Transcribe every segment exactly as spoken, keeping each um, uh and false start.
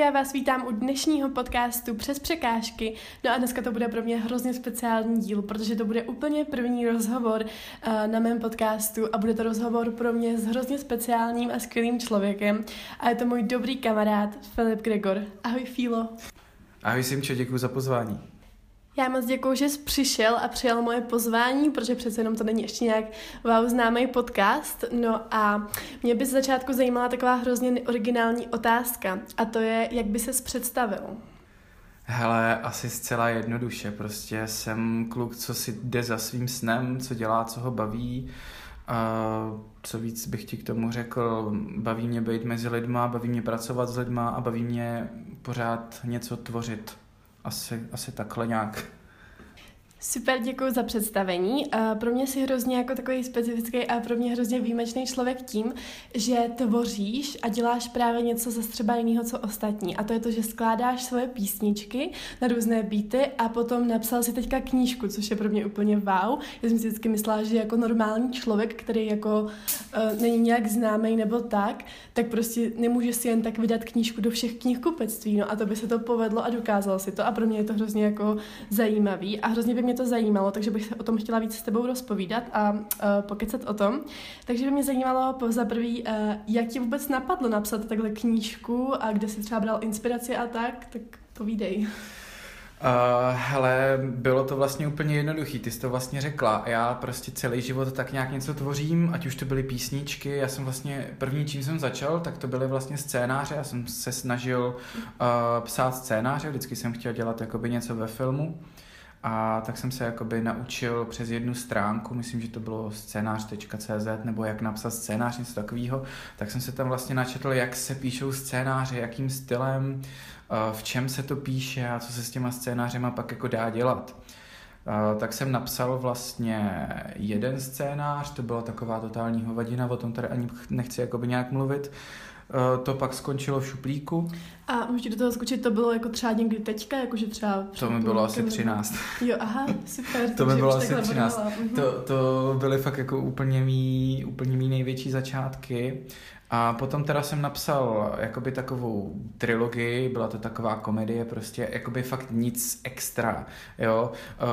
já vás vítám u dnešního podcastu Přes překážky. No a dneska to bude pro mě hrozně speciální díl, protože to bude úplně první rozhovor uh, na mém podcastu a bude to rozhovor pro mě s hrozně speciálním a skvělým člověkem a je to můj dobrý kamarád Filip Gregor. Ahoj Fílo. Ahoj Simčo, děkuji za pozvání. Já moc děkuju, že jsi přišel a přijal moje pozvání, protože přece jenom to není ještě nějak wow známý podcast. No a mě by z začátku zajímala taková hrozně originální otázka a to je, jak by ses představil? Hele, asi zcela jednoduše, prostě jsem kluk, co si jde za svým snem, co dělá, co ho baví. Uh, co víc bych ti k tomu řekl, baví mě být mezi lidma, baví mě pracovat s lidma a baví mě pořád něco tvořit. Asi, asi takhle nějak. Super, děkuji za představení. Pro mě jsi hrozně jako takový specifický a pro mě hrozně výjimečný člověk tím, že tvoříš a děláš právě něco zase třeba jiného, co ostatní. A to je to, že skládáš svoje písničky na různé beaty a potom napsal si teďka knížku, což je pro mě úplně wow. Já jsem si vždycky myslela, že jako normální člověk, který jako uh, není nějak známý nebo tak, tak prostě nemůže si jen tak vydat knížku do všech knihkupectví. No a to by se to povedlo a dokázal si to a pro mě je to hrozně jako zajímavý a hrozně by mě to zajímalo, takže bych se o tom chtěla víc s tebou rozpovídat a uh, pokecat o tom. Takže by mě zajímalo za prvý, uh, jak ti vůbec napadlo napsat takhle knížku a kde jsi třeba bral inspiraci a tak, tak povídej. Uh, hele, bylo to vlastně úplně jednoduchý, ty jsi to vlastně řekla. Já prostě celý život tak nějak něco tvořím, ať už to byly písničky, já jsem vlastně, první čím jsem začal, tak to byly vlastně scénáře, já jsem se snažil uh, psát scénáře, vždycky jsem chtěl dělat jakoby něco ve filmu. A tak jsem se jakoby naučil přes jednu stránku, myslím, že to bylo scénář tečka cé zet nebo jak napsat scénář, něco takového, tak jsem se tam vlastně načetl, jak se píšou scénáře, jakým stylem, v čem se to píše a co se s těma scénářema pak jako dá dělat. Tak jsem napsal vlastně jeden scénář, to byla taková totální hovadina, o tom tady ani nechci jakoby nějak mluvit. To pak skončilo v šuplíku. A můžu do toho skočit, to bylo jako třeba někdy teďka, jakože třeba... To mi bylo asi třináct. Jo, aha, super. To mi bylo asi třináct. To, to byly fakt jako úplně mý, úplně mý největší začátky. A potom teda jsem napsal jakoby takovou trilogii, byla to taková komedie, prostě jakoby fakt nic extra, jo.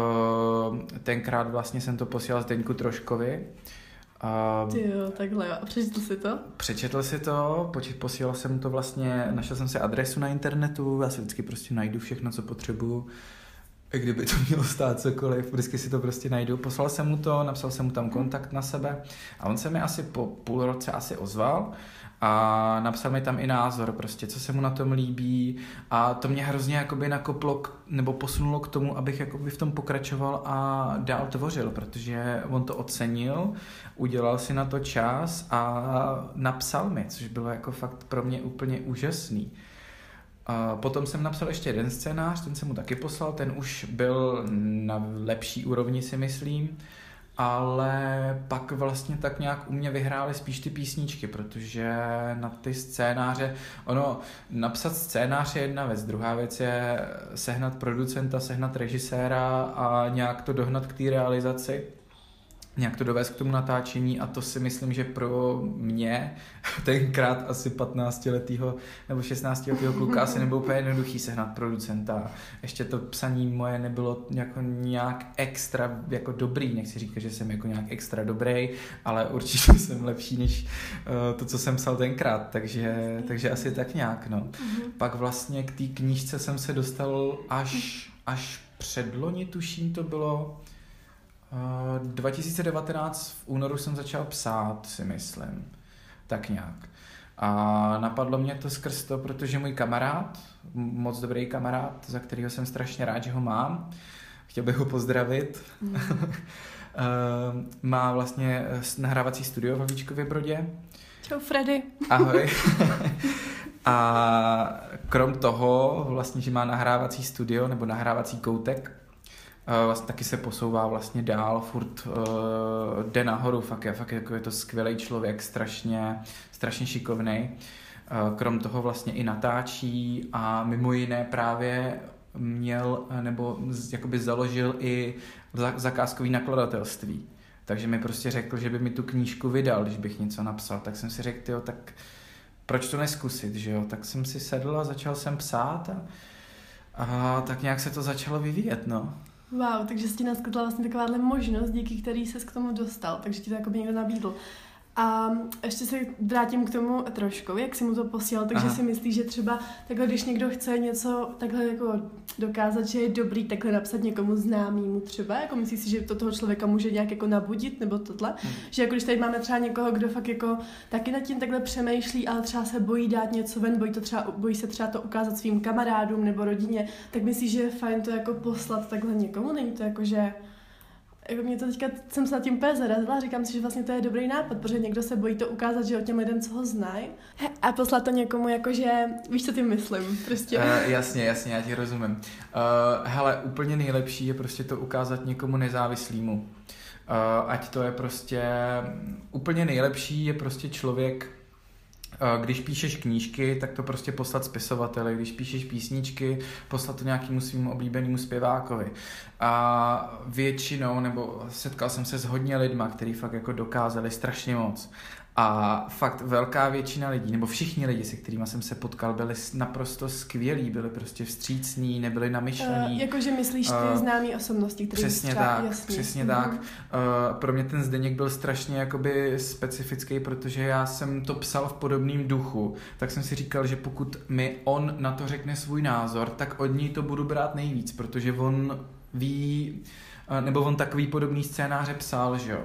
Tenkrát vlastně jsem to posílal Zdeňku Troškovi. Uh, Ty jo, takhle jo. A přečetl si to? Přečetl si to, posílal jsem to vlastně, našel jsem si adresu na internetu, já si vždycky prostě najdu všechno, co potřebuju, i kdyby to mělo stát cokoliv, vždycky si to prostě najdu. Poslal jsem mu to, napsal jsem mu tam kontakt na sebe a on se mi asi po půl roce asi ozval a napsal mi tam i názor, prostě, co se mu na tom líbí a to mě hrozně jakoby nakoplo, k, nebo posunulo k tomu, abych jakoby v tom pokračoval a dál tvořil, protože on to ocenil, udělal si na to čas a napsal mi, což bylo jako fakt pro mě úplně úžasný. A potom jsem napsal ještě jeden scénář, ten jsem mu taky poslal, ten už byl na lepší úrovni, si myslím, ale pak vlastně tak nějak u mě vyhrály spíš ty písničky, protože na ty scénáře, ono, napsat scénář je jedna věc, druhá věc je sehnat producenta, sehnat režiséra a nějak to dohnat k té realizaci, nějak to dovést k tomu natáčení a to si myslím, že pro mě tenkrát asi patnáctiletýho nebo šestnáctiletýho kluka asi nebylo úplně jednoduchý sehnat producenta. Ještě to psaní moje nebylo jako nějak extra jako dobrý, nechci říkat, že jsem jako nějak extra dobrý, ale určitě jsem lepší než uh, to, co jsem psal tenkrát, takže, takže asi tak nějak, no. Mm-hmm. Pak vlastně k té knížce jsem se dostal až, až předloni, tuším to bylo. dva tisíce devatenáct v únoru jsem začal psát, si myslím, tak nějak. A napadlo mě to skrz to, protože můj kamarád, moc dobrý kamarád, za kterého jsem strašně rád, že ho mám, chtěl bych ho pozdravit, mm. má vlastně nahrávací studio v Havlíčkově Brodě. Čau Freddy. Ahoj. A krom toho, vlastně, že má nahrávací studio nebo nahrávací koutek, vlastně taky se posouvá vlastně dál, furt uh, jde nahoru, fakt je, fakt jako je to skvělý člověk, strašně, strašně šikovnej. Uh, krom toho vlastně i natáčí a mimo jiné právě měl, nebo jakoby založil i zakázkový nakladatelství. Takže mi prostě řekl, že by mi tu knížku vydal, když bych něco napsal. Tak jsem si řekl, tyjo, tak proč to neskusit, že jo? Tak jsem si sedl a začal jsem psát a, a tak nějak se to začalo vyvíjet, no. Wow, takže jsi ti naskytla vlastně takováhle možnost, díky který ses k tomu dostal, takže ti to jako by někdo nabídl. A ještě se vrátím k tomu trošku, jak jsi mu to posílal, takže Aha. si myslíš, že třeba takhle, když někdo chce něco takhle jako dokázat, že je dobrý takhle napsat někomu známýmu třeba, jako myslíš si, že to toho člověka může nějak jako nabudit, nebo tohle, hmm. že jako když tady máme třeba někoho, kdo fakt jako taky nad tím takhle přemýšlí, ale třeba se bojí dát něco ven, bojí, to třeba, bojí se třeba to ukázat svým kamarádům nebo rodině, tak myslíš, že je fajn to jako poslat takhle někomu, není to jako, že jako mě to teďka, jsem se nad tím úplně zarazila, říkám si, že vlastně to je dobrý nápad, protože někdo se bojí to ukázat, že o těm lidem, co ho znají, a poslat to někomu, jakože, víš, co tím myslím, prostě. Uh, jasně, jasně, já ti rozumím. Uh, hele, úplně nejlepší je prostě to ukázat někomu nezávislýmu. Uh, ať to je prostě, úplně nejlepší je prostě člověk, když píšeš knížky, tak to prostě poslat spisovateli, když píšeš písničky, poslat to nějakému svým oblíbenému zpěvákovi. A většinou, nebo setkal jsem se s hodně lidma, kteří fakt jako dokázali strašně moc. A fakt velká většina lidí, nebo všichni lidi, se kterými jsem se potkal, byli naprosto skvělí, byli prostě vstřícní, nebyli namyšlení. Uh, jakože myslíš ty uh, známý osobnosti, které přesně třeba, tak, jasný. Přesně mm. tak. Uh, pro mě ten Zdeněk byl strašně jakoby specifický, protože já jsem to psal v podobném duchu, tak jsem si říkal, že pokud mi on na to řekne svůj názor, tak od něj to budu brát nejvíc, protože on ví, uh, nebo on takový podobný scénáře psal, že jo.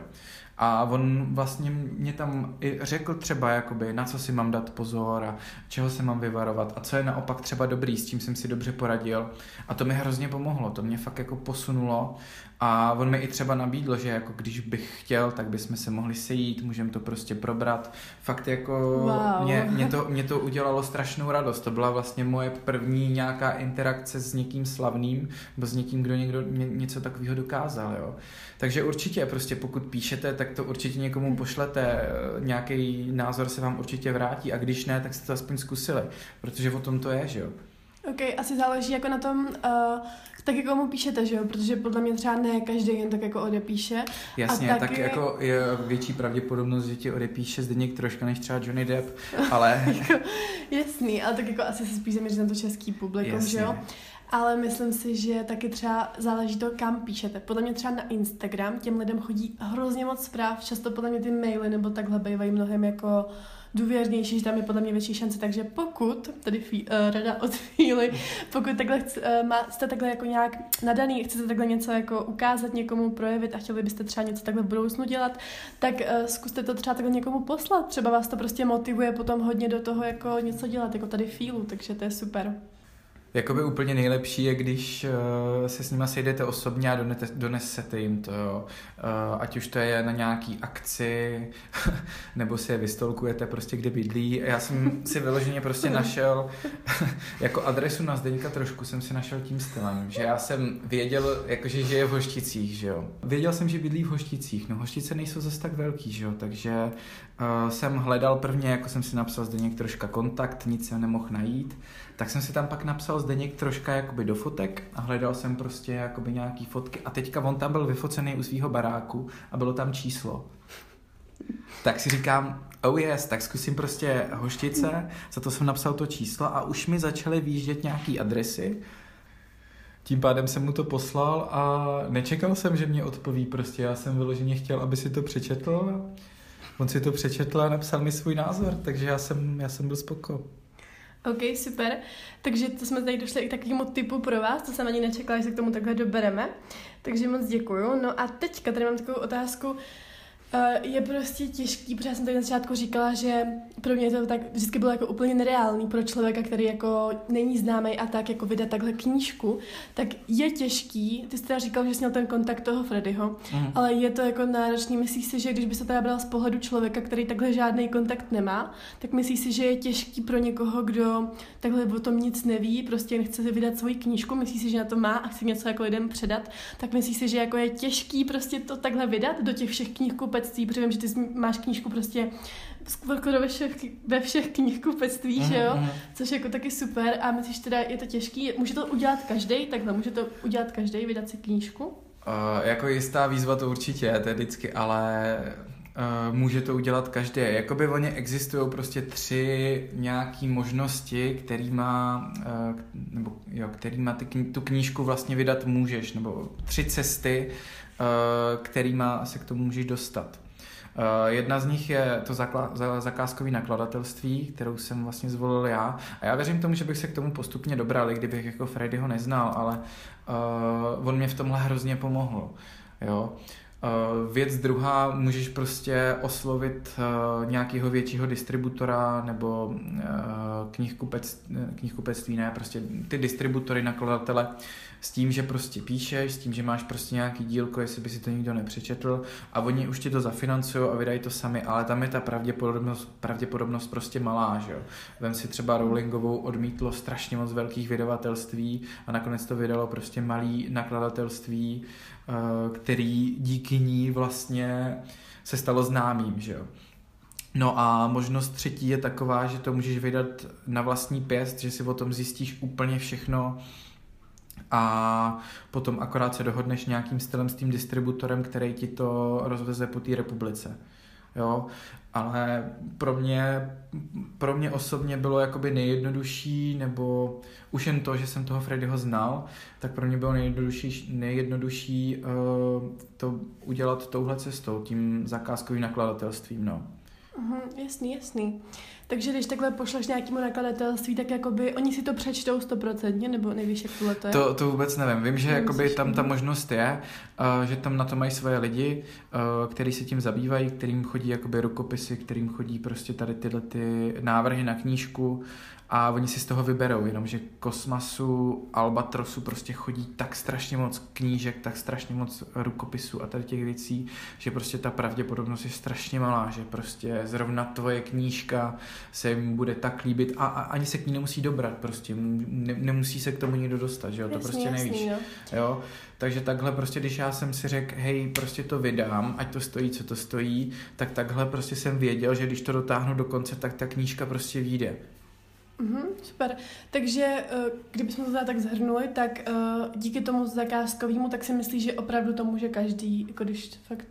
A on vlastně mě tam i řekl třeba, jakoby, na co si mám dát pozor a čeho se mám vyvarovat a co je naopak třeba dobrý, s čím jsem si dobře poradil. A to mi hrozně pomohlo, to mě fakt jako posunulo. A on mi i třeba nabídl, že jako když bych chtěl, tak bychom se mohli sejít, můžeme to prostě probrat. Fakt jako wow. mě, mě, to, mě to udělalo strašnou radost. To byla vlastně moje první nějaká interakce s někým slavným, nebo s někým, kdo někdo ně, něco takového dokázal. Jo. Takže určitě, prostě pokud píšete, tak to určitě někomu pošlete, nějaký názor se vám určitě vrátí a když ne, tak jste to aspoň zkusili, protože o tom to je, že jo. Ok, asi záleží jako na tom, uh, tak jako mu píšete, že jo, protože podle mě třeba ne každý jen tak jako odepíše. Jasně, a taky... tak jako je větší pravděpodobnost, že ti odepíše Zdeněk Troška než třeba Johnny Depp, ale... jako, jasný, ale tak jako asi se spíš zaměřit na to český publikum, Jasně. že jo. Ale myslím si, že taky třeba záleží to, kam píšete. Podle mě třeba na Instagram těm lidem chodí hrozně moc zpráv, často podle mě ty maily nebo takhle bývají mnohem jako důvěrnější, že tam je podle mě větší šance, takže pokud, tady fí, uh, rada od chvíli, pokud takhle chci, uh, má, jste takhle jako nějak nadaný, chcete takhle něco jako ukázat někomu, projevit a chtěli byste třeba něco takhle v budoucnu dělat, tak uh, zkuste to třeba takhle někomu poslat, třeba vás to prostě motivuje potom hodně do toho jako něco dělat, jako tady fílu, takže to je super. Jakoby úplně nejlepší je, když uh, se s nima sejdete osobně a donete, donesete jim to, jo. Uh, ať už to je na nějaký akci, nebo si je vystolkujete prostě, kde bydlí. Já jsem si vyloženě prostě našel, jako adresu na Zdeňka Trošku jsem si našel tím stylem, že já jsem věděl, jakože žije v Hošticích, že jo. Věděl jsem, že bydlí v Hošticích, no Hoštice nejsou zase tak velký, že jo, takže uh, jsem hledal prvně, jako jsem si napsal Zdeněk Troška kontakt, nic jsem nemohl najít, tak jsem si tam pak napsal Zdeněk Troška jakoby do fotek a hledal jsem prostě jakoby nějaký fotky a teďka on tam byl vyfocený u svýho baráku a bylo tam číslo. Tak si říkám, oh yes, tak zkusím prostě Hoštice, za to jsem napsal to číslo a už mi začaly výjíždět nějaký adresy. Tím pádem jsem mu to poslal a nečekal jsem, že mě odpoví prostě, já jsem vyloženě chtěl, aby si to přečetl. On si to přečetl a napsal mi svůj názor, takže já jsem, já jsem byl spoko. Ok, super. Takže to jsme tady došli i k takovému typu pro vás, to jsem ani nečekala, že se k tomu takhle dobereme. Takže moc děkuju. No a teďka tady mám takovou otázku. Je prostě těžký, protože já jsem tady na začátku říkala, že pro mě to tak vždycky bylo jako úplně nereálný pro člověka, který jako není známý a tak jako vydat takhle knížku, tak je těžký, ty jsi teda říkal, že jsi měl ten kontakt toho Freddyho, mm. ale je to jako náročný, myslíš si, že když by se teda bral z pohledu člověka, který takhle žádný kontakt nemá, tak myslíš si, že je těžký pro někoho, kdo takhle o tom nic neví, prostě jen chce vydat svoji knížku, myslíš si, že na to má a chce něco jako lidem předat, tak myslíš si, že jako je těžký prostě to takhle vydat do těch všech knihkupectví, protože vím, že ty máš knížku prostě skoro ve všech, ve všech knihkupectví, že jo, což je jako taky super a myslíš teda, je to těžký, může to udělat každej, takhle může to udělat každej, vydat si knížku? Uh, jako jistá výzva to určitě je, to je vždycky, ale Uh, může to udělat každý. Jakoby oni existují prostě tři nějaký možnosti, kterýma, uh, nebo jo, kterýma ty, kni- tu knížku vlastně vydat můžeš, nebo tři cesty, uh, kterýma se k tomu můžeš dostat. Uh, jedna z nich je to zakla- zakázkový nakladatelství, kterou jsem vlastně zvolil já. A já věřím tomu, že bych se k tomu postupně dobral, i kdybych jako Freddyho neznal, ale uh, on mě v tomhle hrozně pomohl. Jo. Uh, věc druhá, můžeš prostě oslovit uh, nějakého většího distributora nebo uh, knihkupec, knihkupectví, ne, prostě ty distributory, nakladatele, s tím, že prostě píšeš, s tím, že máš prostě nějaký dílko, jestli by si to nikdo nepřečetl a oni už ti to zafinancují a vydají to sami, ale tam je ta pravděpodobnost, pravděpodobnost prostě malá, že jo. Vem si třeba Rowlingovou odmítlo strašně moc velkých vydavatelství a nakonec to vydalo prostě malý nakladatelství, který díky ní vlastně se stalo známým, že jo. No a možnost třetí je taková, že to můžeš vydat na vlastní pěst, že si o tom zjistíš úplně všechno a potom akorát se dohodneš nějakým stylem s tím distributorem, který ti to rozveze po té republice. Jo, ale pro mě, pro mě osobně bylo jakoby nejjednodušší, nebo už jen to, že jsem toho Freddyho znal, tak pro mě bylo nejjednodušší, nejjednodušší uh, to udělat touhle cestou, tím zakázkovým nakladatelstvím, no. Uhum, jasný, jasný. Takže když takhle pošleš nějakému nakladatelství, tak jakoby oni si to přečtou stoprocentně, nebo nevíš, jak tohle to je? To, to vůbec nevím. Vím, že jakoby tam ta možnost je, uh, že tam na to mají svoje lidi, uh, kteří se tím zabývají, kterým chodí jakoby rukopisy, kterým chodí prostě tady tyhle ty návrhy na knížku a oni si z toho vyberou, jenomže Kosmasu, Albatrosu prostě chodí tak strašně moc knížek, tak strašně moc rukopisů a tady těch věcí, že prostě ta pravděpodobnost je strašně malá, že prostě zrovna tvoje knížka se jim bude tak líbit a, a ani se k ní nemusí dobrat, prostě ne, nemusí se k tomu nikdo dostat, že jo, to jasný, prostě jasný, nevíš, no. Jo, takže takhle prostě, když já jsem si řekl, hej, prostě to vydám, ať to stojí, co to stojí, tak takhle prostě jsem věděl, že když to dotáhnu do konce, tak ta knížka prostě vyjde. Mhm, super. Takže kdybychom to tak zhrnuli, tak díky tomu zakázkovému, tak si myslíš, že opravdu to může každý, jako když fakt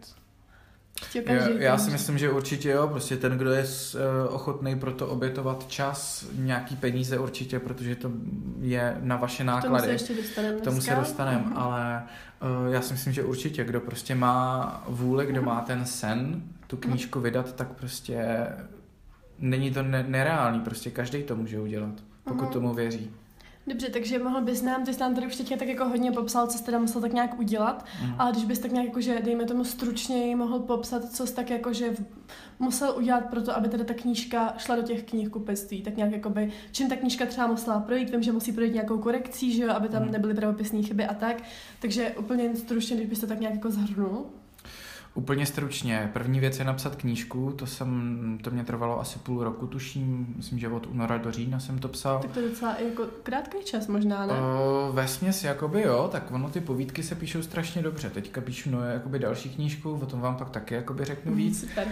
Já, já si myslím, že určitě jo, prostě ten, kdo je uh, ochotný pro to obětovat čas, nějaký peníze určitě, protože to je na vaše náklady. K tomu se ještě dostaneme. K tomu se dostaneme, mm-hmm. ale uh, já si myslím, že určitě, kdo prostě má vůli, kdo mm-hmm. má ten sen, tu knížku mm-hmm. vydat, tak prostě není to ne- nereálný, prostě každý to může udělat, pokud mm-hmm. tomu věří. Dobře, takže mohl bys nám, ty jsi nám tady už teďka tak jako hodně popsal, co jsi teda musel tak nějak udělat, mm. ale když bys tak nějak jako, že dejme tomu stručněji mohl popsat, co jsi tak jako, že musel udělat pro to, aby teda ta knížka šla do těch knihkupectví, tak nějak jakoby, čím ta knížka třeba musela projít, vím, že musí projít nějakou korekcí, že jo, aby tam mm. nebyly pravopisné chyby a tak, takže úplně stručně, když bys to tak nějak jako zhrnul. Úplně stručně. První věc je napsat knížku, to jsem, to mě trvalo asi půl roku, tuším, myslím, že od února do října jsem to psal. Tak to je docela jako krátký čas možná, ne? O, vesměs, jakoby jo, tak ono ty povídky se píšou strašně dobře. Teďka píšu no, jakoby další knížku, o tom vám pak taky jakoby řeknu víc. Super.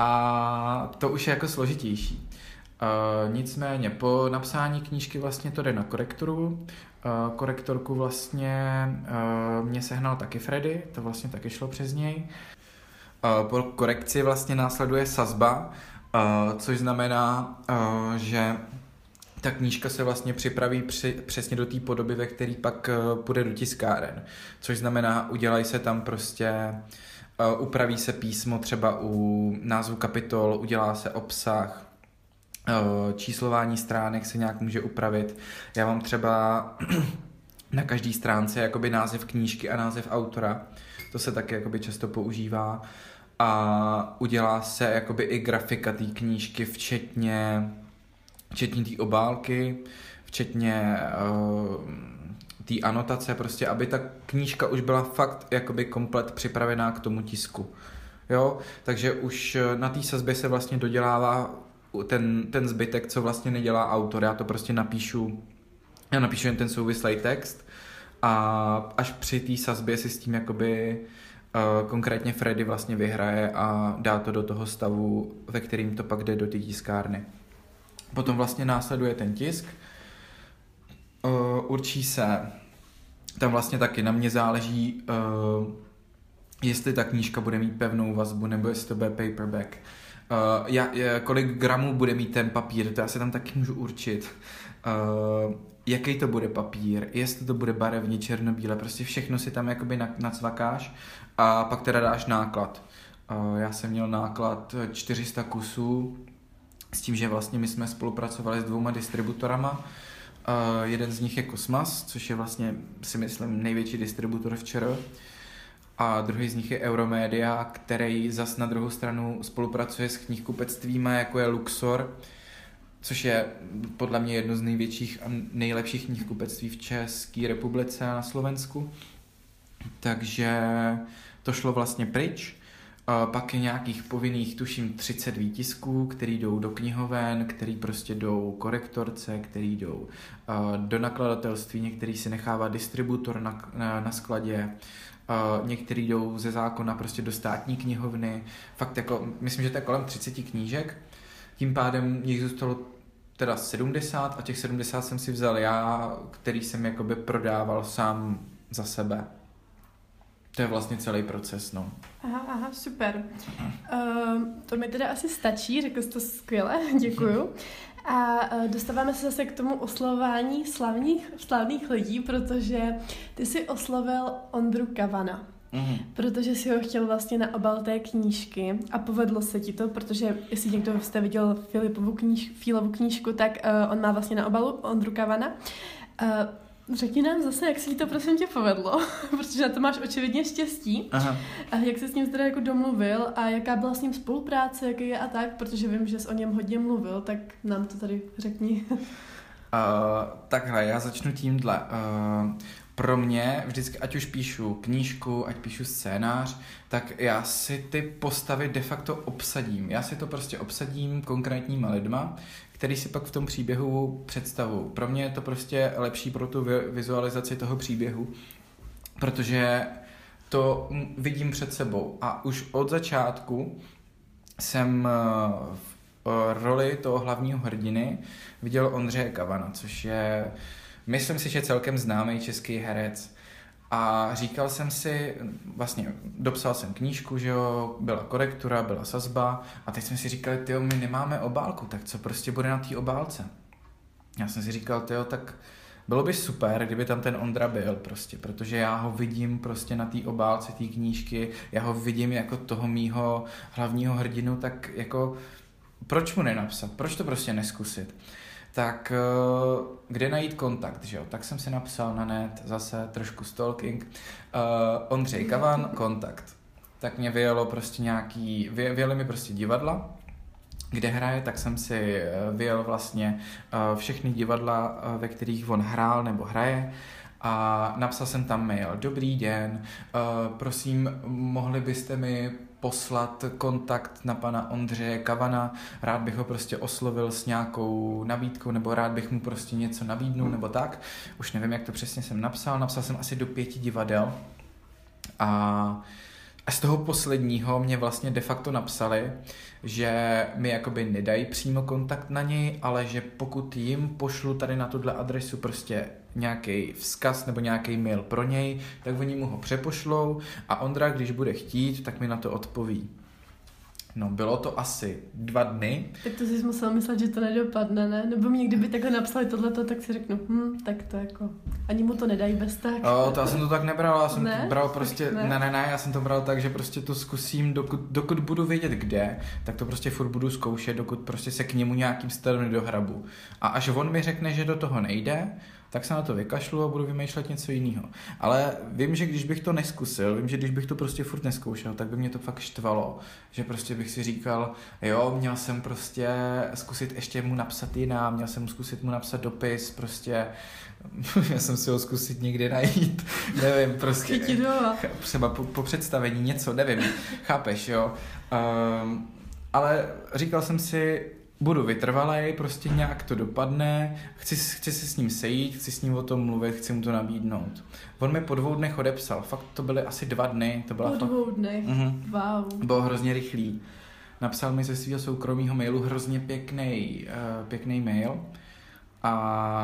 A to už je jako složitější. Uh, nicméně po napsání knížky vlastně to jde na korekturu. Uh, korektorku vlastně uh, mě sehnal taky Freddy, to vlastně taky šlo přes něj. Uh, po korekci vlastně následuje sazba, uh, což znamená, uh, že ta knížka se vlastně připraví při, přesně do té podoby, ve které pak uh, půjde do tiskáren. Což znamená, udělají se tam prostě, uh, upraví se písmo třeba u názvu kapitol, udělá se obsah, uh, číslování stránek se nějak může upravit. Já mám třeba na každé stránce jakoby název knížky a název autora. To se taky jakoby často používá a udělá se jakoby i grafika té knížky, včetně včetně té obálky, včetně uh, té anotace, prostě, aby ta knížka už byla fakt jakoby komplet připravená k tomu tisku. Jo? Takže už na té sazbě se vlastně dodělává ten, ten zbytek, co vlastně nedělá autor. Já to prostě napíšu, já napíšu jen ten souvislý text a až při té sazbě si s tím jakoby uh, konkrétně Freddy vlastně vyhraje a dá to do toho stavu, ve kterým to pak jde do té tiskárny. Potom vlastně následuje ten tisk, uh, určí se, tam vlastně taky na mě záleží, uh, jestli ta knížka bude mít pevnou vazbu, nebo jestli to bude paperback. Uh, já, kolik gramů bude mít ten papír, to já se tam taky můžu určit. Uh, jaký to bude papír, jestli to bude barevně, černobíle, prostě všechno si tam jakoby nacvakáš a pak teda dáš náklad. Uh, já jsem měl náklad čtyři sta kusů, s tím, že vlastně my jsme spolupracovali s dvouma distributorama. Uh, jeden z nich je Kosmas, což je vlastně, si myslím, největší distributor v ČR. A druhý z nich je Euromedia, který zas na druhou stranu spolupracuje s knihkupectvíma, jako je Luxor, což je podle mě jedno z největších a nejlepších knihkupectví v České republice a na Slovensku. Takže to šlo vlastně pryč. Pak je nějakých povinných, tuším, třicet výtisků, který jdou do knihoven, který prostě jdou korektorce, který jdou do nakladatelství, některý si nechává distributor na, na, na skladě, některý jdou ze zákona prostě do státní knihovny. Fakt jako, myslím, že to je kolem třicet knížek. Tím pádem jich zůstalo teda sedmdesát a těch sedmdesát jsem si vzal já, který jsem jakoby prodával sám za sebe. To je vlastně celý proces, no. Aha, aha, super. Uh, to mi teda asi stačí, řekl jsi to skvěle, děkuju. A uh, dostáváme se zase k tomu oslovování slavných, slavných lidí, protože ty jsi oslovil Ondru Kavana. Mm. Protože si ho chtěl vlastně na obal té knížky a povedlo se ti to, protože jestli někdo jste viděl Filipovu kníž, Fílovu knížku, tak uh, on má vlastně na obalu Ondru Kavana. Uh, Řekni nám zase, jak se jí to prosím tě povedlo, protože na to máš očividně štěstí. Aha. A jak jsi s ním teda jako domluvil a jaká byla s ním spolupráce, jaký je a tak, protože vím, že jsi o něm hodně mluvil, tak nám to tady řekni. Uh, takhle, já začnu tímhle. Uh, pro mě vždycky, ať už píšu knížku, ať píšu scénář, tak já si ty postavy de facto obsadím. Já si to prostě obsadím konkrétníma lidma, který si pak v tom příběhu představují. Pro mě je to prostě lepší pro tu vizualizaci toho příběhu, protože to vidím před sebou. A už od začátku jsem v roli toho hlavního hrdiny viděl Ondřeje Kavana, což je, myslím si, že celkem známý český herec. A říkal jsem si, vlastně dopsal jsem knížku, že jo, byla korektura, byla sazba a teď jsme si říkali, tyjo, my nemáme obálku, tak co prostě bude na té obálce? Já jsem si říkal, tyjo, tak bylo by super, kdyby tam ten Ondra byl prostě, protože já ho vidím prostě na té obálce té knížky, já ho vidím jako toho mýho hlavního hrdinu, tak jako proč mu nenapsat, proč to prostě neskusit? Tak kde najít kontakt, že jo? Tak jsem si napsal na net, zase trošku stalking, uh, Ondřej Kavan, kontakt. Tak mě vyjelo prostě nějaký, vy, vyjeli mi prostě divadla, kde hraje, tak jsem si vyjel vlastně uh, všechny divadla, uh, ve kterých on hrál nebo hraje a napsal jsem tam mail. Dobrý den, uh, prosím, mohli byste mi poslat kontakt na pana Ondřeje Kavana, rád bych ho prostě oslovil s nějakou nabídkou, nebo rád bych mu prostě něco nabídnul, nebo tak. Už nevím, jak to přesně jsem napsal, napsal jsem asi do pěti divadel a, a z toho posledního mě vlastně de facto napsali, že mi jakoby nedají přímo kontakt na něj, ale že pokud jim pošlu tady na tuhle adresu prostě nějaký vzkaz nebo nějaký mail pro něj, tak oni mu ho přepošlou a Ondra, když bude chtít, tak mi na to odpoví. No, bylo to asi dva dny. Tak to jsi musel myslet, že to nedopadne, ne? Nebo mě kdyby takhle napsali tohleto, tak si řeknu, hm, tak to jako, ani mu to nedají bez tak. O, to já jsem to tak nebral, já jsem ne? to bral prostě, ne. ne, ne, ne, já jsem to bral tak, že prostě to zkusím, dokud, dokud budu vědět kde, tak to prostě furt budu zkoušet, dokud prostě se k němu nějakým stylem nedohrabu. A až on mi řekne, že do toho nejde, tak se na to vykašlu a budu vymýšlet něco jiného. Ale vím, že když bych to neskusil, vím, že když bych to prostě furt neskoušel, tak by mě to fakt štvalo. Že prostě bych si říkal, jo, měl jsem prostě zkusit ještě mu napsat jiná, měl jsem zkusit mu napsat dopis, prostě já jsem si ho zkusit někde najít, nevím, prostě třeba po, po představení něco, nevím, chápeš, jo. Um, ale říkal jsem si, budu vytrvalej, prostě nějak to dopadne, chci, chci se s ním sejít, chci s ním o tom mluvit, chci mu to nabídnout. On mi po dvou dnech odepsal, fakt to byly asi dva dny. To byla po fakt... dvou dnech, uh-huh. Wow. Bylo hrozně rychlý. Napsal mi ze svého soukromého mailu hrozně pěkný, uh, pěkný mail a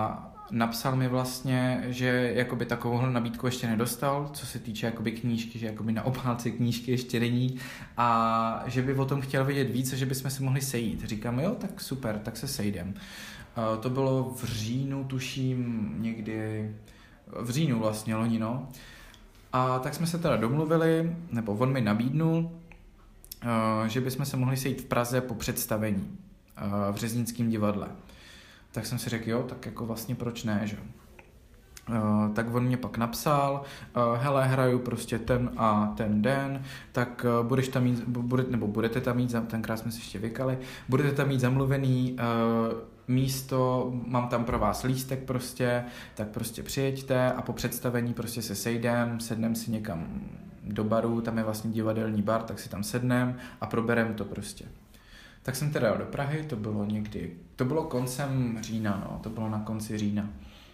napsal mi vlastně, že jakoby takovouhle nabídku ještě nedostal, co se týče jakoby knížky, že jakoby na obálce knížky ještě není a že by o tom chtěl vědět víc a že bychom se mohli sejít. Říkám, jo, tak super, tak se sejdem. Uh, to bylo v říjnu, tuším, někdy v říjnu vlastně, loni, no. A tak jsme se teda domluvili, nebo on mi nabídnul, uh, že bychom se mohli sejít v Praze po představení uh, v Řeznickém divadle. Tak jsem si řekl, jo, tak jako vlastně proč ne, že? Uh, tak on mě pak napsal, uh, hele, hraju prostě ten a ten den, tak uh, budeš tam mít, bude, nebo budete tam mít, tenkrát jsme se ještě vykali, budete tam mít zamluvený uh, místo, mám tam pro vás lístek prostě, tak prostě přijeďte a po představení prostě se sejdem, sednem si někam do baru, tam je vlastně divadelní bar, tak si tam sednem a proberem to prostě. Tak jsem teda jel do Prahy, to bylo někdy, to bylo koncem října, no, to bylo na konci října.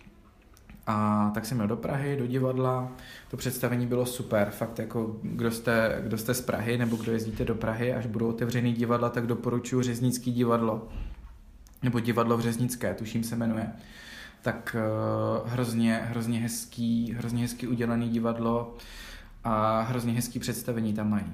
A tak jsem jel do Prahy, do divadla, to představení bylo super, fakt jako kdo jste, kdo jste z Prahy nebo kdo jezdíte do Prahy, až budou otevřený divadla, tak doporučuji Řeznický divadlo, nebo divadlo v Řeznické, tuším se jmenuje. Tak uh, hrozně, hrozně hezký, hrozně hezký udělaný divadlo a hrozně hezký představení tam mají.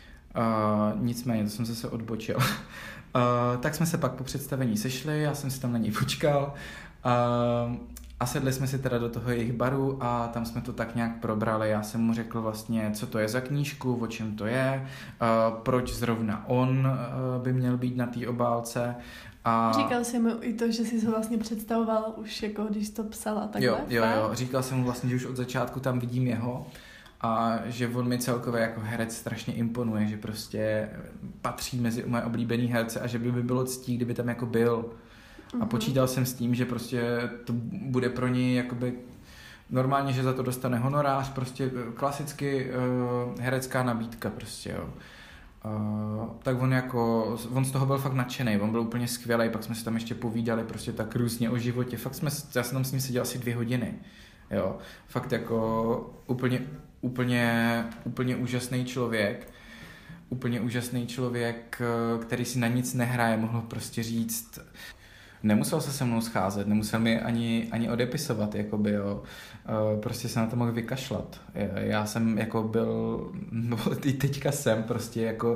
Uh, nicméně, to jsem zase odbočil. uh, tak jsme se pak po představení sešli, já jsem si tam na něj počkal uh, a sedli jsme si teda do toho jejich baru a tam jsme to tak nějak probrali. Já jsem mu řekl vlastně, co to je za knížku, o čem to je, uh, proč zrovna on uh, by měl být na té obálce. A... Říkal jsi mu i to, že jsi ho vlastně představoval už jako když to psal a takhle? Jo, jo, jo, říkal jsem mu vlastně, že už od začátku tam vidím jeho a že on mi celkově jako herec strašně imponuje, že prostě patří mezi moje oblíbený herce a že by mi bylo ctí, kdyby tam jako byl. Mm-hmm. A počítal jsem s tím, že prostě to bude pro něj jakoby normálně, že za to dostane honorář, prostě klasicky uh, herecká nabídka prostě, jo. Uh, tak on jako, on z toho byl fakt nadšený, on byl úplně skvělý, pak jsme si tam ještě povídali prostě tak různě o životě, fakt jsme, já jsem tam s ním seděl asi dvě hodiny, jo, fakt jako úplně, úplně, úplně úžasný člověk, úplně úžasný člověk, který si na nic nehraje, mohl prostě říct, nemusel se se mnou scházet, nemusel mi ani, ani odepisovat, jakoby, jo. Prostě se na to mohl vykašlat. Já jsem jako byl, no i teďka jsem prostě jako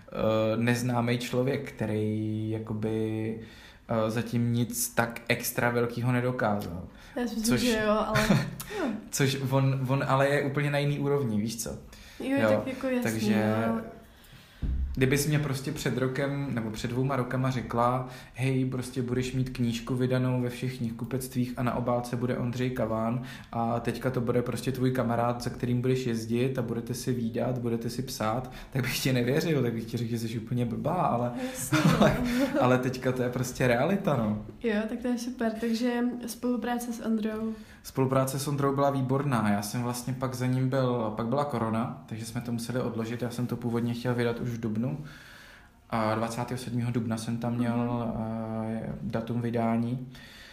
neznámý člověk, který jakoby zatím nic tak extra velkýho nedokázal. Já myslím, což, že jo, ale... což on, on ale je úplně na jiný úrovni, víš co? Jo, jo tak jako jasný, takže... no, ale... Kdybys mě prostě před rokem nebo před dvouma rokama řekla, hej, prostě budeš mít knížku vydanou ve všech knihkupectvích a na obálce bude Ondřej Kaván a teďka to bude prostě tvůj kamarád, za kterým budeš jezdit a budete si vídat, budete si psát, tak bych ti nevěřil, tak bych ti řekl, že jsi úplně blbá, ale, ale, ale teďka to je prostě realita, no. Jo, tak to je super, takže spolupráce s Ondrou. Spolupráce s Ondrou byla výborná, já jsem vlastně pak za ním byl, pak byla korona, takže jsme to museli odložit, já jsem to původně chtěl vydat už v dubnu a dvacátého sedmého dubna jsem tam měl mm-hmm. uh, datum vydání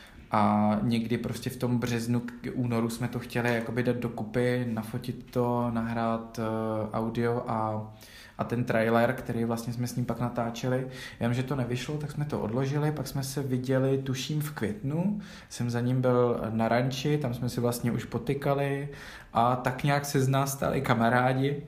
a někdy prostě v tom březnu k únoru jsme to chtěli jakoby dát dokupy, nafotit to, nahrát uh, audio a a ten trailer, který vlastně jsme s ním pak natáčeli, jenom, že to nevyšlo, tak jsme to odložili, pak jsme se viděli, tuším v květnu, jsem za ním byl na ranči, tam jsme si vlastně už potykali a tak nějak se z nás stali kamarádi.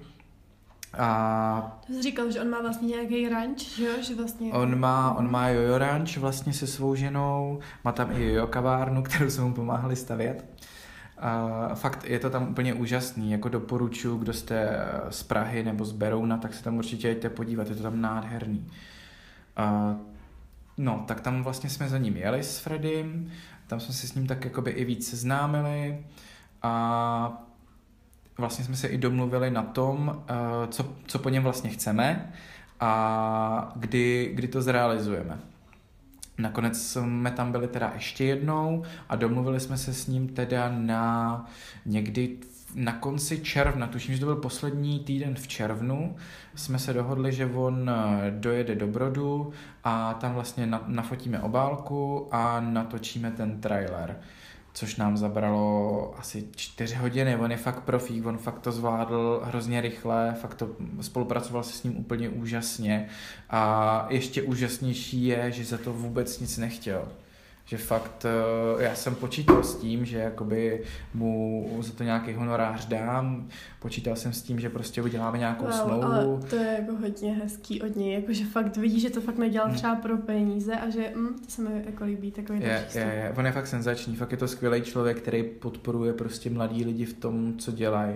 A to jsi říkal, že on má vlastně nějaký ranč, že jo? Že vlastně... On má, on má jojo ranč vlastně se svou ženou, má tam i jojo kavárnu, kterou jsme mu pomáhali stavět. Uh, fakt je to tam úplně úžasný, jako doporučuji, kdo jste z Prahy nebo z Berouna, tak se tam určitě jeďte podívat, je to tam nádherný. Uh, no, tak tam vlastně jsme za ním jeli s Freddym, tam jsme se s ním tak jakoby i víc seznámili a vlastně jsme se i domluvili na tom, uh, co, co po něm vlastně chceme a kdy, kdy to zrealizujeme. Nakonec jsme tam byli teda ještě jednou a domluvili jsme se s ním teda na někdy na konci června, tuším, že to byl poslední týden v červnu, jsme se dohodli, že on dojede do Brodu a tam vlastně nafotíme obálku a natočíme ten trailer, což nám zabralo asi čtyři hodiny, on je fakt profík, on fakt to zvládl hrozně rychle, fakt to spolupracoval se s ním úplně úžasně a ještě úžasnější je, že za to vůbec nic nechtěl. Že fakt, já jsem počítal s tím, že jakoby mu za to nějaký honorář dám, počítal jsem s tím, že prostě uděláme nějakou wow, smlouvu. Ale to je jako hodně hezký od něj, jakože fakt vidí, že to fakt nedělal hmm. třeba pro peníze a že hm, to se mi jako líbí, takový je, je, je, on je fakt senzační, fakt je to skvělý člověk, který podporuje prostě mladí lidi v tom, co dělají.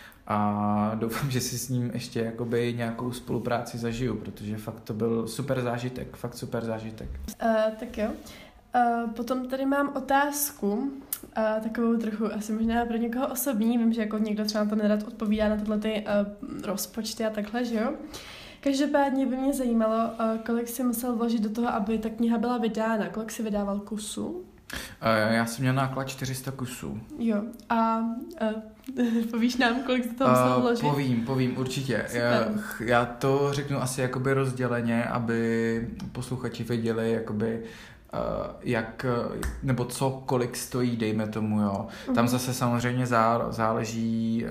A doufám, že si s ním ještě jakoby nějakou spolupráci zažiju, protože fakt to byl super zážitek, fakt super zážitek. Uh, tak jo. Uh, potom tady mám otázku, uh, takovou trochu asi možná pro někoho osobní, vím, že jako někdo třeba na to nerad odpovídá na tyhle ty uh, rozpočty a takhle, že jo. Každopádně by mě zajímalo, uh, kolik jsi musel vložit do toho, aby ta kniha byla vydána, kolik jsi vydával kusů? Uh, já jsem měl náklad čtyři sta kusů. Jo, a uh, povíš nám, kolik jsi to musel vložit? Uh, povím, povím, určitě. Já, já to řeknu asi jakoby rozděleně, aby posluchači věděli, jakoby Uh, jak, nebo co, kolik stojí, dejme tomu, jo. Mm. Tam zase samozřejmě zá, záleží uh,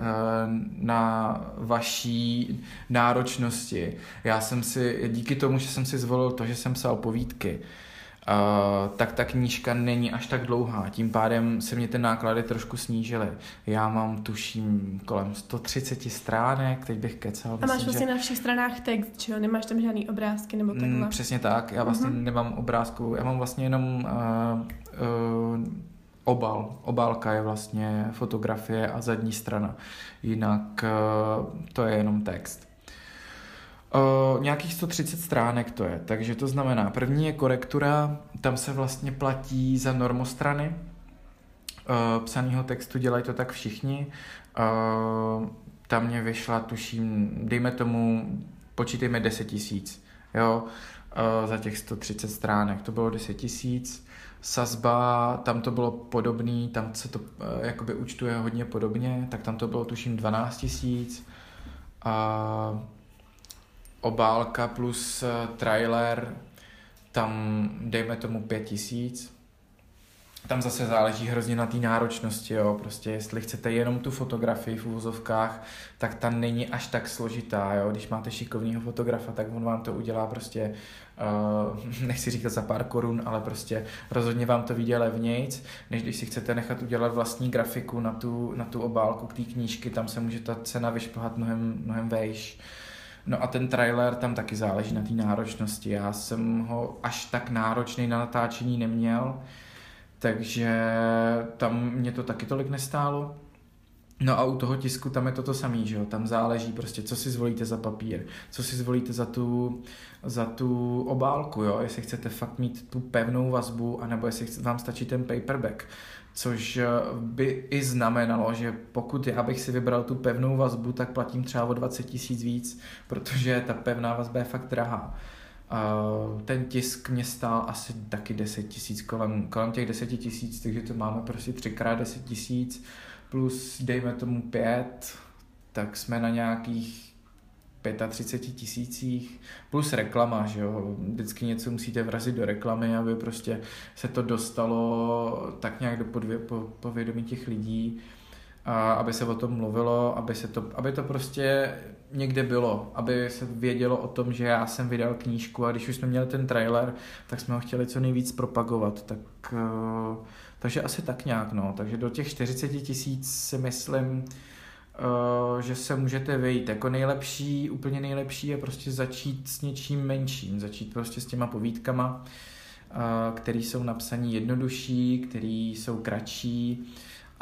na vaší náročnosti. Já jsem si, díky tomu, že jsem si zvolil to, že jsem psal povídky, Uh, tak ta knížka není až tak dlouhá, tím pádem se mě ty náklady trošku snížily. Já mám, tuším, kolem sto třicet stránek, teď bych kecal. A máš vlastně že... na všech stranách text, že jo? Nemáš tam žádný obrázky nebo takhle? Mm, přesně tak, já vlastně uh-huh. nemám obrázku, já mám vlastně jenom uh, uh, obal. Obálka je vlastně fotografie a zadní strana, jinak uh, to je jenom text. Uh, nějakých sto třicet stránek to je, takže to znamená, první je korektura, tam se vlastně platí za normostrany uh, psanýho textu, dělají to tak všichni, uh, tam mě vyšla, tuším, dejme tomu, počítejme deset tisíc, jo, uh, za těch sto třicet stránek, to bylo deset tisíc, sazba, tam to bylo podobný, tam se to uh, jakoby účtuje hodně podobně, tak tam to bylo, tuším, dvanáct tisíc, a uh, obálka plus uh, trailer, tam dejme tomu pět tisíc. Tam zase záleží hrozně na té náročnosti, jo, prostě jestli chcete jenom tu fotografii v úvozovkách, tak ta není až tak složitá, jo, když máte šikovného fotografa, tak on vám to udělá prostě, uh, nechci říkat za pár korun, ale prostě rozhodně vám to vyjde levnějc, než když si chcete nechat udělat vlastní grafiku na tu, na tu obálku k té knížky, tam se může ta cena vyšplhat mnohem, mnohem vejš. No a ten trailer tam taky záleží na té náročnosti. Já jsem ho až tak náročný na natáčení neměl, takže tam mě to taky tolik nestálo. No a u toho tisku tam je to to samý, že jo? Tam záleží prostě, co si zvolíte za papír, co si zvolíte za tu, za tu obálku, jo? Jestli chcete fakt mít tu pevnou vazbu, anebo jestli vám stačí ten paperback. Což by i znamenalo, že pokud já bych si vybral tu pevnou vazbu, tak platím třeba o dvacet tisíc víc, protože ta pevná vazba je fakt drahá. Ten tisk mě stál asi taky deset tisíc, kolem, kolem těch deset tisíc, takže to máme prostě třikrát deset tisíc, plus dejme tomu pět, tak jsme na nějakých třicet pět tisících, plus reklama, že jo, vždycky něco musíte vrazit do reklamy, aby prostě se to dostalo tak nějak do podvě, po, povědomí těch lidí, a aby se o tom mluvilo, aby, se to, aby to prostě někde bylo, aby se vědělo o tom, že já jsem vydal knížku a když už jsme měli ten trailer, tak jsme ho chtěli co nejvíc propagovat, tak, takže asi tak nějak, no, takže do těch čtyřicet tisíc si myslím, Uh, že se můžete vejít. Jako nejlepší, úplně nejlepší je prostě začít s něčím menším, začít prostě s těma povídkama, uh, který jsou napsaný jednodušší, který jsou kratší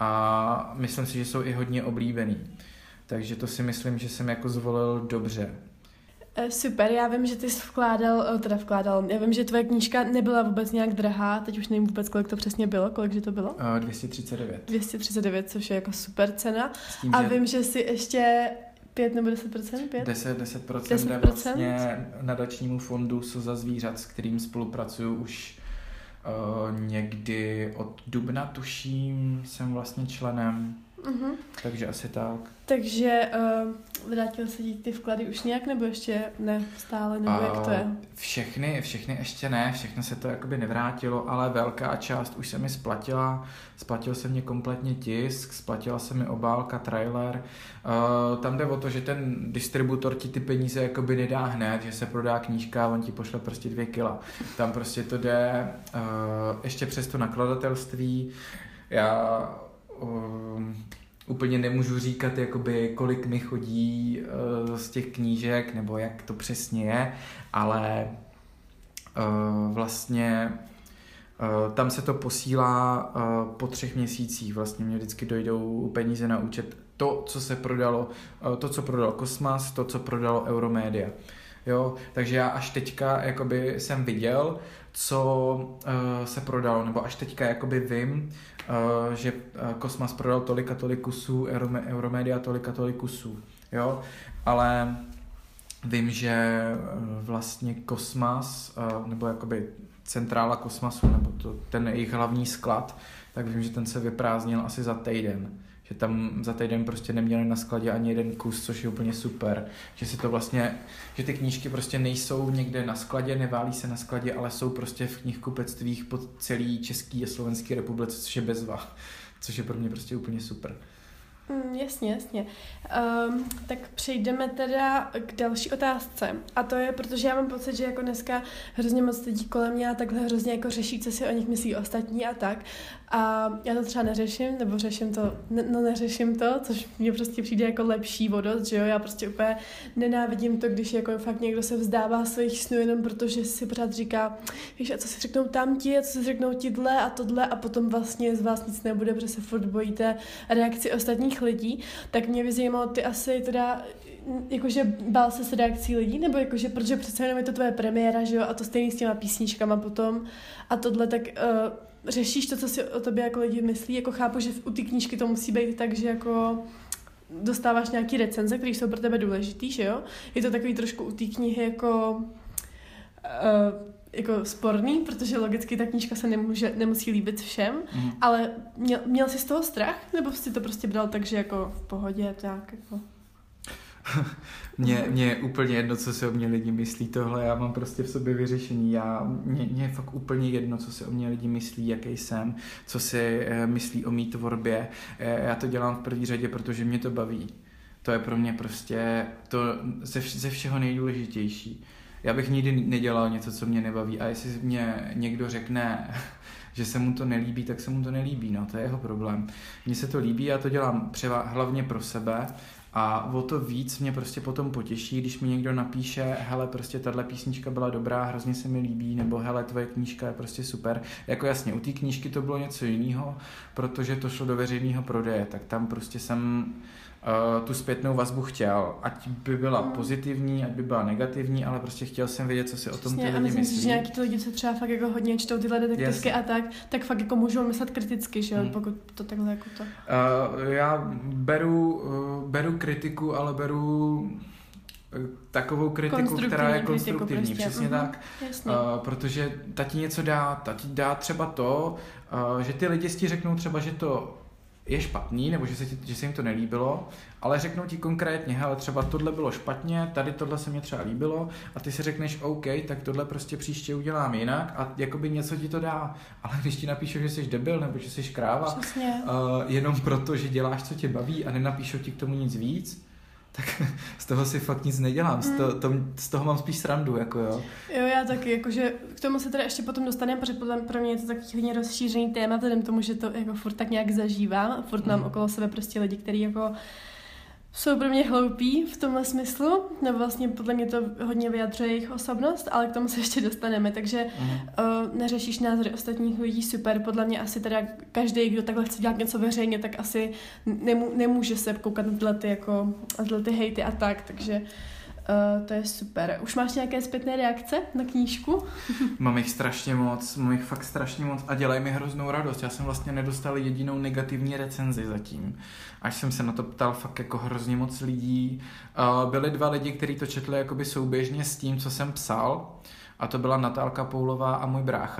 a myslím si, že jsou i hodně oblíbený. Takže to si myslím, že jsem jako zvolil dobře. Super, já vím, že ty jsi vkládal, teda vkládal, já vím, že tvoje knížka nebyla vůbec nějak drahá, teď už nevím vůbec, kolik to přesně bylo, kolik že to bylo? Uh, dvě stě třicet devět. dvě stě třicet devět, což je jako super cena. Tím, a že... vím, že si ještě pět nebo deset procent? pět? deset, deset procent jde vlastně nadačnímu fondu Slza zvířat, s kterým spolupracuju už uh, někdy od dubna, tuším, jsem vlastně členem. Uh-huh. Takže asi tak. Takže uh, vrátil se ti ty vklady už nějak, nebo ještě ne stále, nebo uh, jak to je? Všechny, všechny ještě ne, všechno se to jakoby nevrátilo, ale velká část už se mi splatila. Splatil se mě kompletně tisk, splatila se mi obálka, trailer. Uh, tam jde o to, že ten distributor ti ty peníze jakoby nedá hned, že se prodá knížka a on ti pošle prostě dvě kila. Tam prostě to jde uh, ještě přes to nakladatelství. Já um, úplně nemůžu říkat, jakoby, kolik mi chodí uh, z těch knížek, nebo jak to přesně je, ale uh, vlastně uh, tam se to posílá uh, po třech měsících. Vlastně mě vždycky dojdou peníze na účet. To, co se prodalo, uh, to, co prodal Kosmas, to, co prodalo Euromedia. Jo, takže já až teďka jakoby jsem viděl, co uh, se prodalo, nebo až teďka jakoby vím, uh, že uh, Kosmas prodal tolik a tolik kusů, Eurome- Euromedia tolik a tolik kusů, jo, ale vím, že uh, vlastně Kosmas, uh, nebo jakoby centrála Kosmasu, nebo to, ten jejich hlavní sklad, tak vím, že ten se vyprázdnil asi za týden. Že tam za týden prostě neměli na skladě ani jeden kus, což je úplně super. Že si to vlastně, že ty knížky prostě nejsou někde na skladě, neválí se na skladě, ale jsou prostě v knihkupectvích po celý Český a Slovenský republice, což je bezva. Což je pro mě prostě úplně super. Mm, jasně, jasně. Um, tak přejdeme teda k další otázce. A to je, protože já mám pocit, že jako dneska hrozně moc lidí kolem mě a takhle hrozně jako řeší, co si o nich myslí ostatní a tak. A já to třeba neřeším, nebo řeším to, ne, no neřeším to, což mně prostě přijde jako lepší vodost, že jo, já prostě úplně nenávidím to, když jako fakt někdo se vzdává svých snů jenom protože si pořád říká, víš, a co si řeknou tamti, a co si řeknou tidle a tohle a potom vlastně z vás nic nebude, protože se furt bojíte reakci ostatních lidí, tak mě by zajímalo, ty asi teda jakože bál se s reakcí lidí, nebo jakože, protože přece jenom je to tvoje premiéra, že jo, a to stejný s těma písničkama potom a tohle, tak uh, řešíš to, co si o tobě jako lidi myslí, jako chápu, že u té knížky to musí být tak, že jako dostáváš nějaký recenze, které jsou pro tebe důležitý, že jo, je to takový trošku u té knihy jako uh, jako sporný, protože logicky ta knížka se nemůže, nemusí líbit všem, mm. ale měl, měl jsi z toho strach, nebo jsi to prostě bral tak, že jako v pohodě, tak jako... Mně, mně je úplně jedno, co si o mě lidi myslí tohle, já mám prostě v sobě vyřešení, já, mě, mě je fakt úplně jedno, co si o mě lidi myslí, jaký jsem, co si e, myslí o mý tvorbě, e, já to dělám v první řadě, protože mě to baví, to je pro mě prostě to ze, ze všeho nejdůležitější. Já bych nikdy nedělal něco, co mě nebaví a jestli mě někdo řekne, že se mu to nelíbí, tak se mu to nelíbí, no, to je jeho problém. Mně se to líbí, já to dělám převa- hlavně pro sebe a o to víc mě prostě potom potěší, když mi někdo napíše, hele, prostě tahle písnička byla dobrá, hrozně se mi líbí, nebo hele, tvoje knížka je prostě super. Jako jasně, u té knížky to bylo něco jiného, protože to šlo do veřejného prodeje, tak tam prostě jsem Uh, tu zpětnou vazbu chtěl, ať by byla mm. pozitivní, ať by byla negativní, ale prostě chtěl jsem vědět, co si Přesně, o tom ty lidi a myslím myslí. Si, že nějaký ty lidi, co třeba fakt jako hodně čtou tyhle detektivky a tak, tak fakt jako můžou myslet kriticky, že jo, mm. pokud to takhle jako to. Uh, já beru, uh, beru kritiku, ale beru uh, takovou kritiku, která je konstruktivní, prostě. Přesně uh-huh. tak, uh, protože ta ti něco dá, ta ti dá třeba to, uh, že ty lidi ti řeknou třeba, že to je špatný, nebo že se, ti, že se jim to nelíbilo, ale řeknou ti konkrétně, hele, třeba tohle bylo špatně, tady tohle se mi třeba líbilo a ty si řekneš, OK, tak tohle prostě příště udělám jinak a jakoby něco ti to dá. Ale když ti napíšou, že jsi debil nebo že jsi kráva, uh, jenom proto, že děláš, co tě baví a nenapíšou ti k tomu nic víc, tak z toho si fakt nic nedělám, z, to, to, z toho mám spíš srandu, jako jo. Jo, já taky, jakože k tomu se teda ještě potom dostaneme, protože podle pro mě je to taky hodně rozšířený téma, vzhledem tomu, že to jako furt tak nějak zažívám a furt mám mm. okolo sebe prostě lidi, kteří jako jsou pro mě hloupí v tomhle smyslu, nebo vlastně podle mě to hodně vyjadřuje jejich osobnost, ale k tomu se ještě dostaneme, takže mm. uh, neřešíš názory ostatních lidí, super, podle mě asi teda každý, kdo takhle chce dělat něco veřejně, tak asi nemů- nemůže se koukat na tyhle ty, jako, na tyhle ty hejty a tak, takže Uh, to je super. Už máš nějaké zpětné reakce na knížku? Mám jich strašně moc, mám jich fakt strašně moc a dělají mi hroznou radost. Já jsem vlastně nedostal jedinou negativní recenzi zatím. Až jsem se na to ptal fakt jako hrozně moc lidí. Uh, byli dva lidi, kteří to četli jakoby souběžně s tím, co jsem psal. A to byla Natálka Poulová a můj brácha.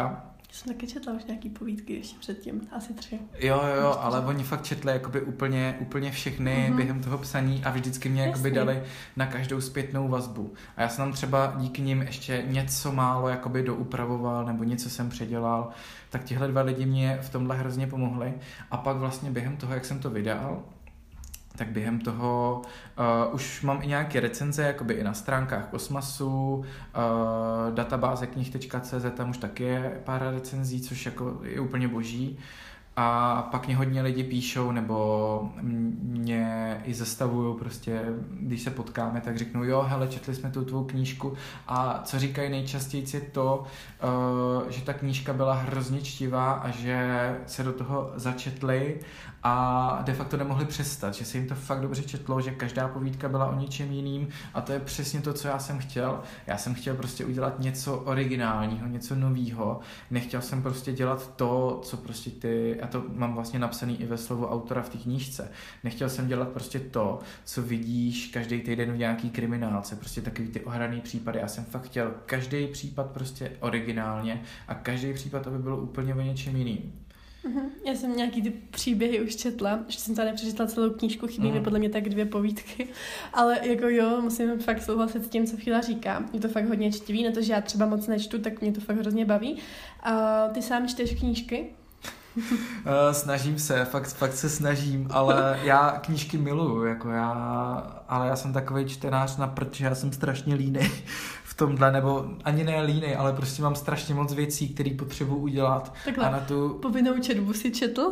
Jsem taky četla už nějaký povídky ještě předtím, asi tři. Jo, jo, jo, ale oni fakt četli jakoby úplně, úplně všechny mm-hmm. během toho psaní a vždycky mě jakoby dali na každou zpětnou vazbu. A já jsem tam třeba díky nim ještě něco málo jakoby doupravoval nebo něco jsem předělal, tak tihle dva lidi mě v tomhle hrozně pomohli. A pak vlastně během toho, jak jsem to vydal, tak během toho uh, už mám i nějaké recenze, jakoby i na stránkách Kosmasu, uh, databáze knih tečka cé zet, tam už taky je pár recenzí, což jako je úplně boží. A pak mě hodně lidi píšou, nebo mě i zastavují prostě, když se potkáme, tak řeknou, jo, hele, četli jsme tu tvou knížku a co říkají nejčastěji je to, uh, že ta knížka byla hrozně čtivá a že se do toho začetli a de facto nemohli přestat, že se jim to fakt dobře četlo, že každá povídka byla o něčem jiným a to je přesně to, co já jsem chtěl. Já jsem chtěl prostě udělat něco originálního, něco novýho. Nechtěl jsem prostě dělat to, co prostě ty, a to mám vlastně napsaný i ve slovu autora v té knížce. Nechtěl jsem dělat prostě to, co vidíš každý týden v nějaký kriminálce, prostě takový ty ohraný případy. Já jsem fakt chtěl každý případ prostě originálně a každý případ, aby bylo úplně o něčem jiným. Uh-huh. Já jsem nějaký ty příběhy už četla, že jsem tady nepřečetla celou knížku, chybí uh-huh. mi podle mě tak dvě povídky, ale jako jo, musím fakt souhlasit s tím, co Fila říká. Je to fakt hodně čtivý, na to, že já třeba moc nečtu, tak mě to fakt hrozně baví. A ty sám čteš knížky? Uh, snažím se, fakt, fakt se snažím, ale já knížky miluju, jako já, ale já jsem takovej čtenář na prd, že já jsem strašně línej v tomhle, nebo ani ne línej, ale prostě mám strašně moc věcí, které potřebuji udělat. Takhle, a na tu povinnou četbu si četl?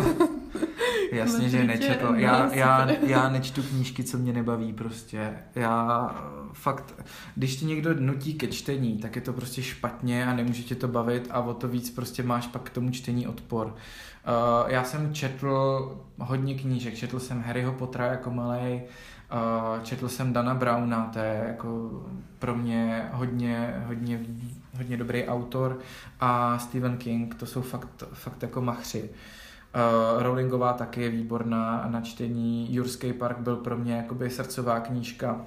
Jasně, že nečetl. Já, já, já nečtu knížky, co mě nebaví prostě. Já fakt, když ti někdo nutí ke čtení, tak je to prostě špatně a nemůže tě to bavit a o to víc prostě máš pak k tomu čtení odpor. Uh, já jsem četl hodně knížek, četl jsem Harryho Pottera jako malej, uh, četl jsem Dana Browna, to je jako pro mě hodně, hodně, hodně dobrý autor a Stephen King, to jsou fakt, fakt jako machři. Uh, Rowlingová taky je výborná na čtení, Jurský park byl pro mě jakoby srdcová knížka,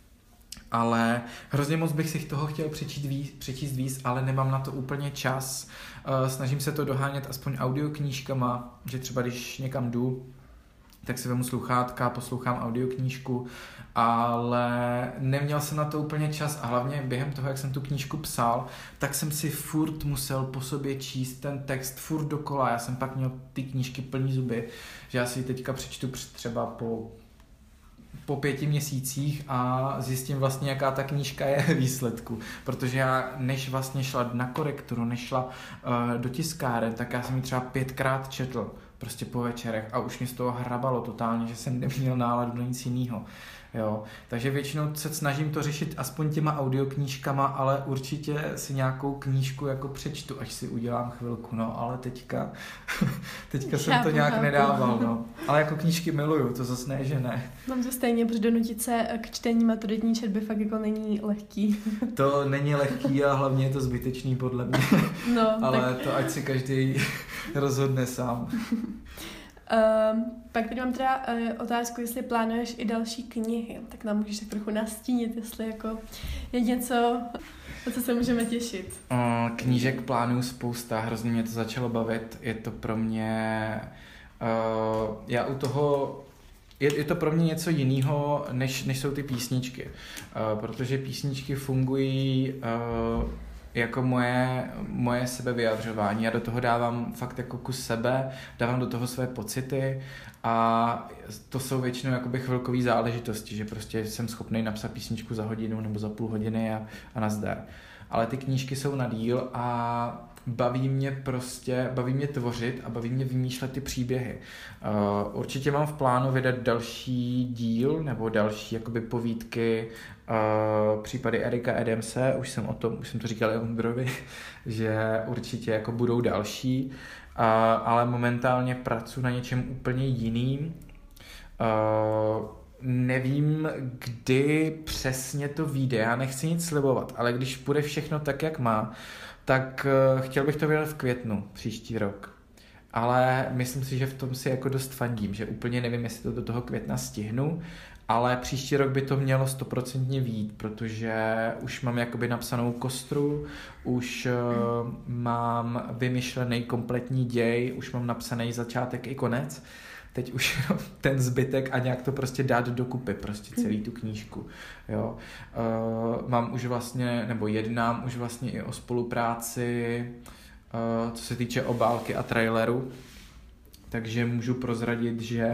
ale hrozně moc bych si toho chtěl přečíst víc, přečíst víc, ale nemám na to úplně čas. Uh, snažím se to dohánět aspoň audioknížkama, že třeba když někam jdu, tak si vemu sluchátka, poslouchám audioknížku, ale neměl jsem na to úplně čas a hlavně během toho, jak jsem tu knížku psal, tak jsem si furt musel po sobě číst ten text furt dokola. Já jsem pak měl ty knížky plný zuby, že já si teďka přečtu třeba po po pěti měsících a zjistím vlastně, jaká ta knížka je výsledku. Protože já, než vlastně šla na korekturu, než šla uh, do tiskáren, tak já jsem ji třeba pětkrát četl prostě po večerech a už mi z toho hrabalo totálně, že jsem neměl náladu na nic jiného. Jo. Takže většinou se snažím to řešit aspoň těma audioknížkama, ale určitě si nějakou knížku jako přečtu, až si udělám chvilku, no, ale teďka, teďka jsem to nějak nedával, no. Ale jako knížky miluju, to zase ne, že ne. Mám to stejně, protože donutit se k čtení maturitní četby fakt jako není lehký. To není lehký a hlavně je to zbytečný podle mě. No, ale tak... to ať si každý rozhodne sám. Uh, pak tady mám teda uh, otázku, jestli plánuješ i další knihy, tak nám můžeš tak trochu nastínit, jestli jako je něco, o co se můžeme těšit. Uh, knížek plánuju spousta, hrozně mě to začalo bavit, je to pro mě, uh, já u toho, je, je to pro mě něco jiného, než, než jsou ty písničky, uh, protože písničky fungují uh, jako moje, moje sebevyjadřování. Já do toho dávám fakt jako kus sebe, dávám do toho své pocity a to jsou většinou jakoby chvilkový záležitosti, že prostě jsem schopný napsat písničku za hodinu nebo za půl hodiny a, a nazdar. Ale ty knížky jsou na díl a baví mě prostě, baví mě tvořit a baví mě vymýšlet ty příběhy. Uh, určitě mám v plánu vydat další díl nebo další jakoby povídky, uh, případy Erika Adamse, už jsem o tom, už jsem to říkal i Ondrovi, že určitě jako budou další, uh, ale momentálně pracuji na něčem úplně jiným. Uh, Nevím, kdy přesně to vyjde, já nechci nic slibovat, ale když bude všechno tak, jak má, tak uh, chtěl bych to vydat v květnu příští rok. ale myslím si, že v tom si jako dost fandím, že úplně nevím, jestli to do toho května stihnu, ale příští rok by to mělo stoprocentně vyjít, protože už mám jakoby napsanou kostru, už uh, mám vymyšlený kompletní děj, už mám napsaný začátek i konec, teď už ten zbytek a nějak to prostě dát dokupy, prostě celý tu knížku, jo. Uh, mám už vlastně, nebo jednám už vlastně i o spolupráci, uh, co se týče obálky a traileru, takže můžu prozradit, že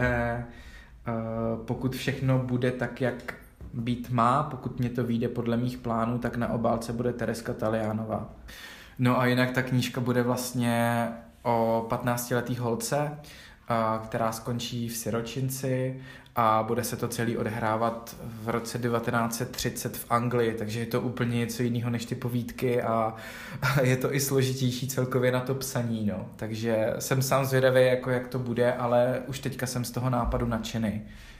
uh, pokud všechno bude tak, jak být má, pokud mě to vyjde podle mých plánů, tak na obálce bude Tereska Talianová. No a jinak ta knížka bude vlastně o patnáctiletý holce, která skončí v siročinci a bude se to celý odehrávat v roce devatenáct set třicet v Anglii, takže je to úplně něco jiného než ty povídky a je to i složitější celkově na to psaní, no. Takže jsem sám zvědavý, jako jak to bude, ale už teďka jsem z toho nápadu nadšený.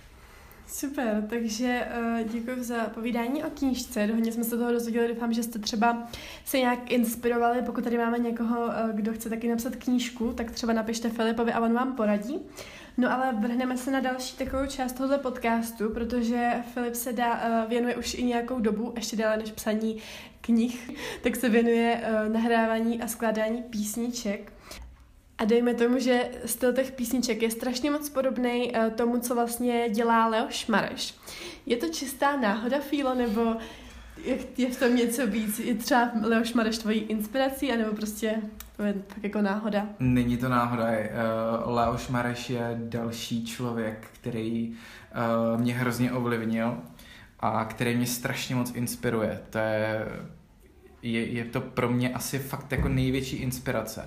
Super, takže uh, děkuji za povídání o knížce. Hodně jsme se toho dozvěděli, doufám, že jste třeba se nějak inspirovali. Pokud tady máme někoho, uh, kdo chce taky napsat knížku, tak třeba napište Filipovi a on vám poradí. No ale vrhneme se na další takovou část tohoto podcastu, protože Filip se dá, uh, věnuje už i nějakou dobu, ještě déle než psaní knih, tak se věnuje uh, nahrávání a skládání písniček. A dejme tomu, že styl těch písniček je strašně moc podobný uh, tomu, co vlastně dělá Leoš Mareš. Je to čistá náhoda, Fílo, nebo je v tom něco víc? Je třeba Leoš Mareš tvojí inspirací, anebo prostě to je tak jako náhoda? Není to náhoda. Uh, Leoš Mareš je další člověk, který uh, mě hrozně ovlivnil a který mě strašně moc inspiruje. To je, je, je to pro mě asi fakt jako největší inspirace.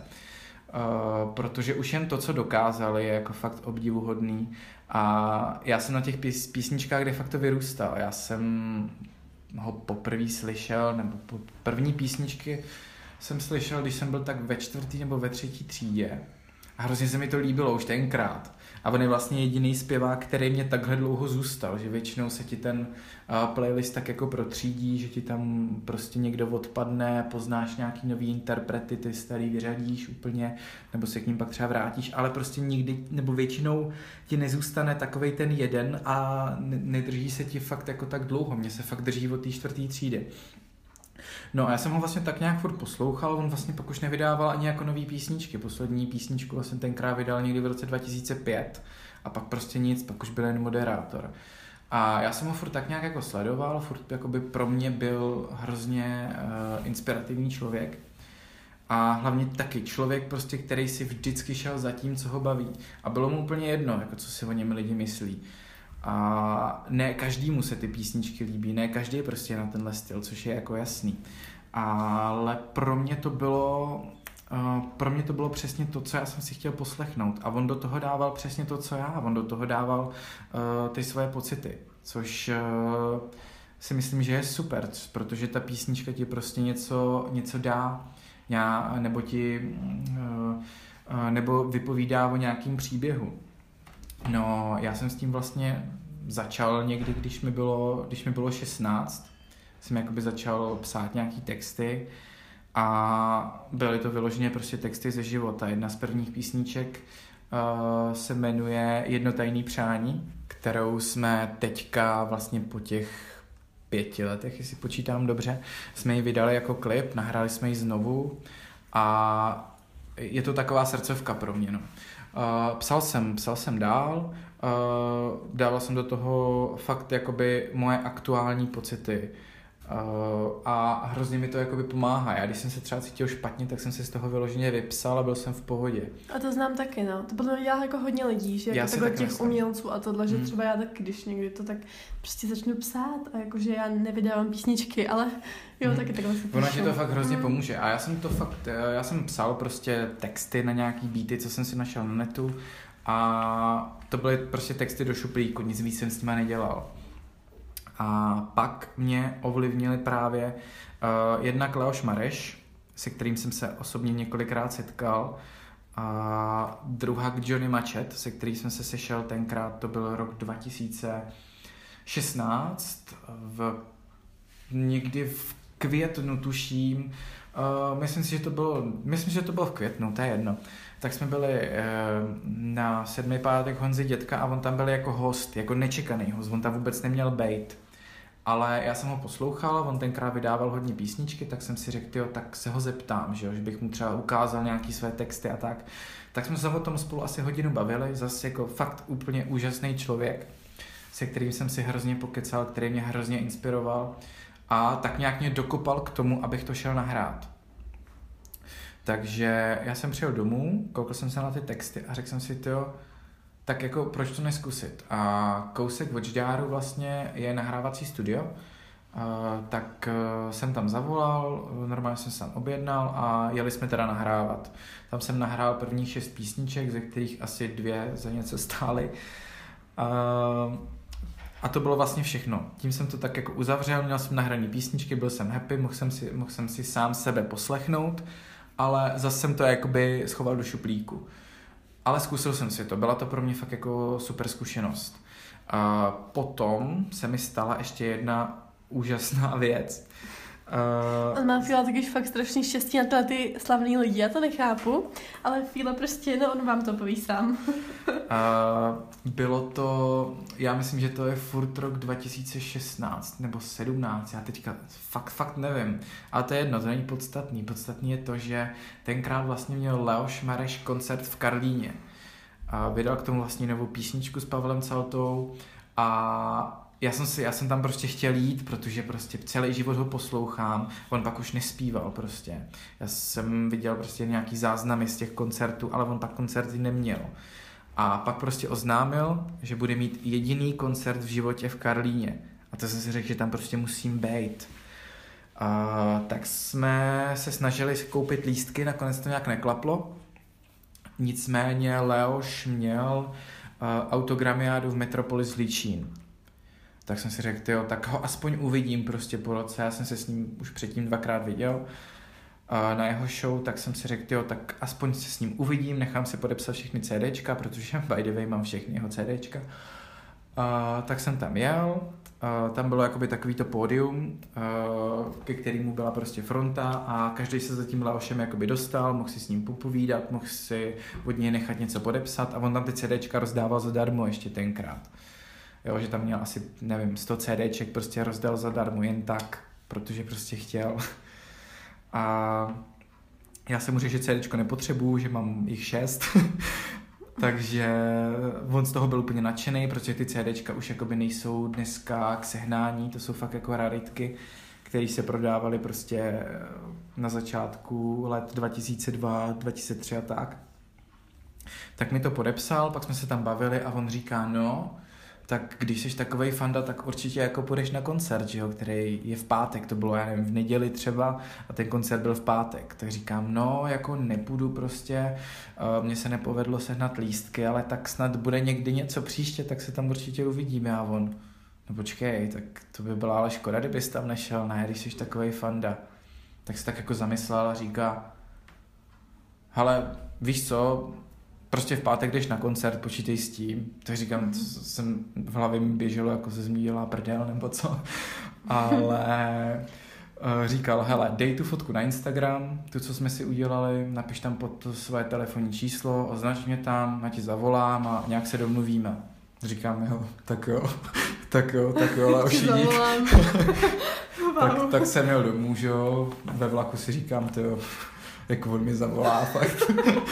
Uh, protože už jen to, co dokázali, je jako fakt obdivuhodný a já jsem na těch pís, písničkách de facto vyrůstal. Já jsem ho poprvé slyšel, nebo po první písničky jsem slyšel, když jsem byl tak ve čtvrtý nebo ve třetí třídě a hrozně se mi to líbilo už tenkrát. A on je vlastně jediný zpěvák, který mě takhle dlouho zůstal, že většinou se ti ten uh, playlist tak jako protřídí, že ti tam prostě někdo odpadne, poznáš nějaký nový interprety, ty starý vyřadíš úplně, nebo se k ním pak třeba vrátíš, ale prostě nikdy, nebo většinou ti nezůstane takovej ten jeden a nedrží se ti fakt jako tak dlouho. Mě se fakt drží od té čtvrtý třídy. No a já jsem ho vlastně tak nějak furt poslouchal, on vlastně pak už nevydával ani jako nový písničky. Poslední písničku vlastně tenkrát vydal někdy v roce dva tisíce pět a pak prostě nic, pak už byl jen moderátor. A já jsem ho furt tak nějak jako sledoval, furt jakoby pro mě byl hrozně uh, inspirativní člověk. A hlavně taky člověk prostě, který si vždycky šel za tím, co ho baví. A bylo mu úplně jedno, jako co si o něm lidi myslí. A ne každému se ty písničky líbí, ne každý je prostě na tenhle styl, což je jako jasný. Ale pro mě to bylo, uh, pro mě to bylo přesně to, co já jsem si chtěl poslechnout. A on do toho dával přesně to, co já. On do toho dával uh, ty svoje pocity, což uh, si myslím, že je super, protože ta písnička ti prostě něco, něco dá, já, nebo ti uh, uh, nebo vypovídá o nějakým příběhu. No, já jsem s tím vlastně začal někdy, když mi bylo, když mi bylo šestnáct, jsem jakoby začal psát nějaký texty a byly to vyloženě prostě texty ze života. Jedna z prvních písniček uh, se jmenuje Jedno tajný přání, kterou jsme teďka vlastně po těch pěti letech, jestli počítám dobře, jsme ji vydali jako klip, nahráli jsme ji znovu a je to taková srdcovka pro mě, no. Uh, psal jsem, psal jsem dál, uh, dával jsem do toho fakt jakoby moje aktuální pocity uh, a hrozně mi to jakoby pomáhá. Já když jsem se třeba cítil špatně, tak jsem si z toho vyloženě vypsal a byl jsem v pohodě. A to znám taky, no. To podle mě dělá jako hodně lidí, že jako takhle těch myslím. Umělců a tohle, že hmm. třeba já taky, když někdy to tak prostě začnu psát a jakože já nevydávám písničky, ale jo, hmm. taky takhle se píšu. Ono ti to fakt hrozně hmm. pomůže a já jsem to fakt, já jsem psal prostě texty na nějaký beaty, co jsem si našel na netu a to byly prostě texty do šuplíku, nic víc jsem s nima nedělal. A pak mě ovlivnili právě uh, jednak Leoš Mareš, se kterým jsem se osobně několikrát setkal, a druhá Johnny Machet, se kterým jsem se sešel tenkrát, to byl rok dva tisíce šestnáct, v, někdy v květnu tuším, uh, myslím si, že to bylo, myslím, že to bylo v květnu, to je jedno. tak jsme byli e, na sedmý pátek Honzy dětka a on tam byl jako host, jako nečekaný host, on tam vůbec neměl bejt. Ale já jsem ho poslouchal, on tenkrát vydával hodně písničky, tak jsem si řekl, tyjo, tak se ho zeptám, že, jo, že bych mu třeba ukázal nějaký své texty a tak. Tak jsme se o tom spolu asi hodinu bavili, zase jako fakt úplně úžasný člověk, se kterým jsem si hrozně pokecal, který mě hrozně inspiroval a tak nějak mě dokopal k tomu, abych to šel nahrát. Takže já jsem přijel domů, koukal jsem se na ty texty a řekl jsem si, tyjo, tak jako proč to neskusit? A kousek od Žďáru vlastně je nahrávací studio, uh, tak uh, jsem tam zavolal, normálně jsem se tam objednal a jeli jsme teda nahrávat. Tam jsem nahrál prvních šest písniček, ze kterých asi dvě za něco stály. Uh, a to bylo vlastně všechno. Tím jsem to tak jako uzavřel, měl jsem nahraný písničky, byl jsem happy, mohl jsem si, mohl jsem si sám sebe poslechnout, ale zase jsem to jakoby schoval do šuplíku. Ale zkusil jsem si to, byla to pro mě fakt jako super zkušenost. A potom se mi stala ještě jedna úžasná věc. Uh, on má Fíla taky fakt strašný štěstí na tyhle ty slavný lidi, já to nechápu, ale Fíla prostě, no on vám to poví sám. uh, bylo to, já myslím, že to je furt rok dva tisíce šestnáct nebo sedmnáct, já teďka fakt, fakt nevím, ale to je jedno, to není podstatný, podstatný je to, že tenkrát vlastně měl Leoš Mareš koncert v Karlíně. Uh, vydal k tomu vlastně novou písničku s Pavlem Caltou a Já jsem, si, já jsem tam prostě chtěl jít, protože prostě celý život ho poslouchám, on pak už nespíval prostě. Já jsem viděl prostě nějaký záznamy z těch koncertů, ale on pak koncerty neměl. A pak prostě oznámil, že bude mít jediný koncert v životě v Karlíně. A to jsem si řekl, že tam prostě musím bejt. A tak jsme se snažili koupit lístky, nakonec to nějak neklaplo. Nicméně Leoš měl uh, autogramiádu v Metropolis Líčín. Tak jsem si řekl, tyjo, tak ho aspoň uvidím prostě po roce, já jsem se s ním už předtím dvakrát viděl uh, na jeho show, tak jsem si řekl, tyjo, tak aspoň se s ním uvidím, nechám si podepsat všechny CDčka, protože by the way mám všechny jeho CDčka. Uh, tak jsem tam jel, uh, tam bylo jakoby takovýto pódium, uh, ke kterému byla prostě fronta a každý se za tím Leošem jakoby dostal, mohl si s ním popovídat, mohl si od něj nechat něco podepsat a on tam ty CDčka rozdával zadarmo ještě tenkrát. Jo, že tam měl asi, nevím, sto CDček, prostě rozdal zadarmo jen tak, protože prostě chtěl. A já jsem mu řekl, že CDčko nepotřebuju, že mám jich šest. Takže on z toho byl úplně nadšený, protože ty CDčka už jakoby nejsou dneska k sehnání, to jsou fakt jako raritky, které se prodávaly prostě na začátku let dva tisíce dva, dva tisíce tři a tak. Tak mi to podepsal, pak jsme se tam bavili a on říká, no, tak když jsi takovej fanda, tak určitě jako půjdeš na koncert, že jo, který je v pátek, to bylo, já nevím, v neděli třeba a ten koncert byl v pátek, tak říkám, no, jako nepůjdu prostě, uh, mně se nepovedlo sehnat lístky, ale tak snad bude někdy něco příště, tak se tam určitě uvidíme a on, no počkej, tak to by byla ale škoda, kdybys tam nešel, ne, když jsi takovej fanda. Tak se tak jako zamyslel a říká, hele, víš co, prostě v pátek jdeš na koncert, počítej s tím. Tak říkám, jsem v hlavě mi běželo, jako se zmíjela prdel nebo co. Ale říkal, hele, dej tu fotku na Instagram, tu, co jsme si udělali, napiš tam pod to své telefonní číslo, označ mě tam, já ti zavolám a nějak se domluvíme. Říkám, jo, tak jo, tak jo, tak jo, Leoši, dík. tak, tak jsem jel domů, že jo, ve vlaku si říkám, tyjo, jako on mi zavolá, fakt.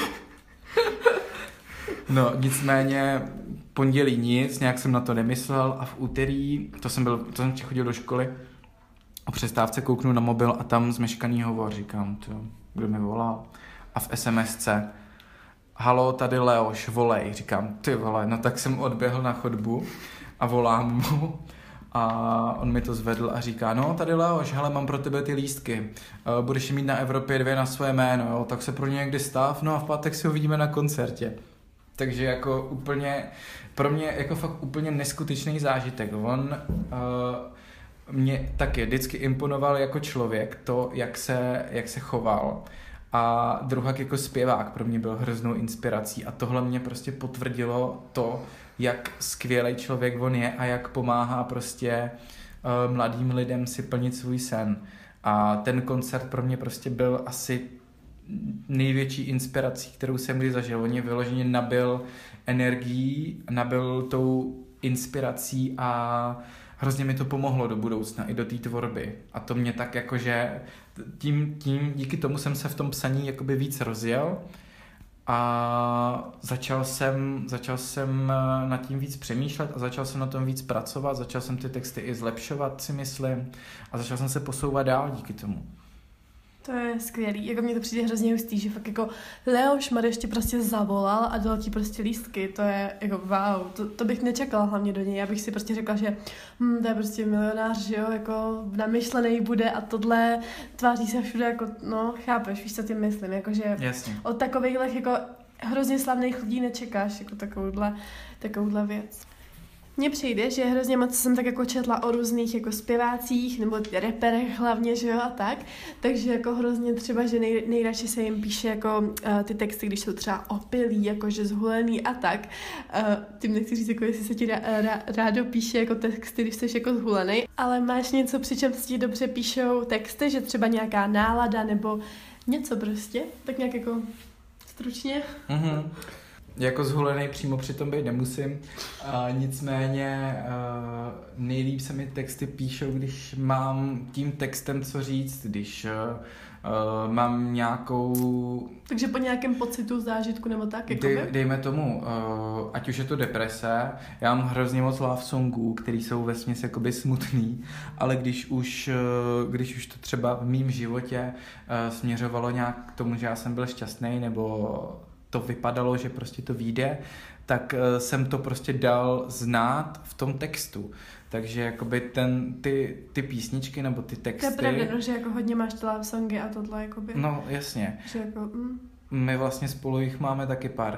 No, nicméně pondělí nic, nějak jsem na to nemyslel a v úterý, to jsem byl, to jsem chodil do školy, o přestávce kouknu na mobil a tam zmeškaný hovor, říkám, to, kdo mi volal? A v SMSce, halo, tady Leoš, volej, říkám, ty vole, no tak jsem odběhl na chodbu a volám mu a on mi to zvedl a říká, no tady Leoš, hele, mám pro tebe ty lístky, budeš mít na Evropě dvě na své jméno, jo, tak se pro ně někdy stav, no a v pátek si ho vidíme na koncertě. Takže jako úplně, pro mě jako fakt úplně neskutečný zážitek. On uh, mě taky vždycky imponoval jako člověk to, jak se, jak se choval. A druhak jako zpěvák pro mě byl hroznou inspirací a tohle mě prostě potvrdilo to, jak skvělý člověk on je a jak pomáhá prostě uh, mladým lidem si plnit svůj sen. A ten koncert pro mě prostě byl asi největší inspirací, kterou jsem kdy zažil. On mě vyloženě nabil energií, nabil tou inspirací a hrozně mi to pomohlo do budoucna i do té tvorby. A to mě tak jakože tím, tím, díky tomu jsem se v tom psaní jakoby víc rozjel a začal jsem, začal jsem nad tím víc přemýšlet a začal jsem na tom víc pracovat, začal jsem ty texty i zlepšovat, si myslím, a začal jsem se posouvat dál díky tomu. To je skvělý, jako mně to přijde hrozně hustý, že fakt jako Leoš Mareš ti prostě zavolal a dal ti prostě lístky, to je jako wow, to, to bych nečekala hlavně do něj, já bych si prostě řekla, že hm, to je prostě milionář, že jo, jako namyšlený bude a tohle tváří se všude jako, no chápeš, víš, co tím myslím, jakože od takovýchhle jako hrozně slavných lidí nečekáš jako takovouhle, takovouhle věc. Mně přijde, že hrozně moc jsem tak jako četla o různých jako zpěvácích nebo reperech hlavně, že jo, a tak. Takže jako hrozně třeba, že nej, nejradši se jim píše jako uh, ty texty, když jsou třeba opilí, jakože zhulený a tak. Uh, tím nechci říct, jako jestli se ti rá, rá, rádo píše jako texty, když jsi jako zhulený. Ale máš něco, při čem si ti dobře píšou texty, že třeba nějaká nálada nebo něco prostě, tak nějak jako stručně. Mm-hmm. Jako zhulený přímo při tom být nemusím, a nicméně uh, nejlíp se mi texty píšou, když mám tím textem co říct, když uh, mám nějakou... Takže po nějakém pocitu, zážitku nebo tak? Jako dej, dejme tomu, uh, ať už je to deprese, já mám hrozně moc love songů, který jsou vesměs jakoby smutný, ale když už, uh, když už to třeba v mým životě uh, směřovalo nějak k tomu, že já jsem byl šťastný nebo to vypadalo, že prostě to vyjde, tak uh, jsem to prostě dal znát v tom textu. Takže jakoby ten, ty, ty písničky nebo ty texty... To je pravda, no, že jako hodně máš ty love songy a tohle jakoby... No, jasně. Že jako... Mm. My vlastně spolu jich máme taky pár.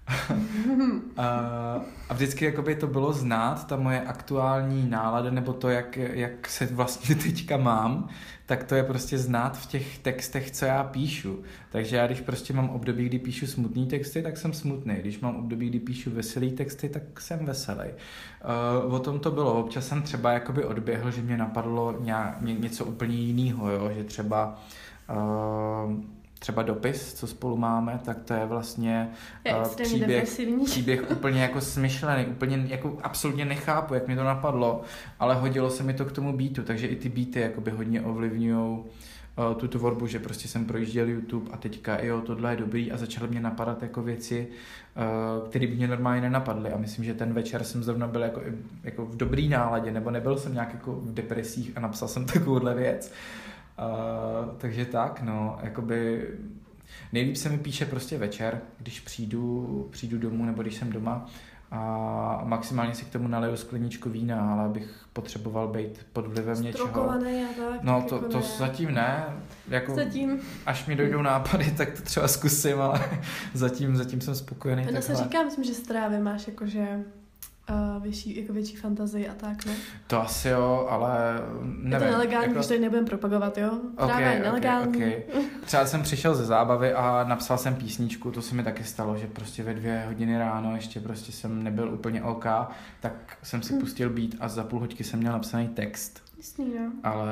a, a vždycky jakoby to bylo znát, ta moje aktuální nálada, nebo to, jak, jak se vlastně teďka mám, tak to je prostě znát v těch textech, co já píšu. Takže já když prostě mám období, kdy píšu smutný texty, tak jsem smutný. Když mám období, kdy píšu veselý texty, tak jsem veselý. Uh, o tom to bylo. Občas jsem třeba jakoby odběhl, že mě napadlo ně, ně, něco úplně jiného, jo? Že třeba... Uh, třeba dopis, co spolu máme, tak to je vlastně je uh, příběh, příběh úplně jako smyšlený, úplně jako absolutně nechápu, jak mi to napadlo, ale hodilo se mi to k tomu beatu, takže i ty beaty jakoby hodně ovlivňujou uh, tu tvorbu, že prostě jsem projížděl YouTube a teďka jo, tohle je dobrý a začaly mě napadat jako věci, uh, které by mě normálně nenapadly a myslím, že ten večer jsem zrovna byl jako, jako v dobrý náladě, nebo nebyl jsem nějak jako v depresích a napsal jsem takovouhle věc. Uh, takže tak, no, jakoby nejlíp se mi píše prostě večer, když přijdu, přijdu domů nebo když jsem doma a maximálně si k tomu naleju skleničku vína, ale abych potřeboval být pod vlivem něčeho. Strokovaný a tak. No tak to, jako to ne. zatím ne, jako zatím. Až mi dojdou nápady, tak to třeba zkusím, ale zatím, zatím jsem spokojený. No se říká, myslím, že z trávy máš jakože... Uh, větší, jako větší fantazii a tak, ne? To asi jo, ale nevím. Je to nelegální, jako... když tady nebudem propagovat, jo? Práva okay, je nelegální. Okay, okay. Třeba jsem přišel ze zábavy a napsal jsem písničku, to se mi taky stalo, že prostě ve dvě hodiny ráno ještě prostě jsem nebyl úplně OK, tak jsem si pustil beat a za půl hoďky jsem měl napsaný text. Jasný, no. Ale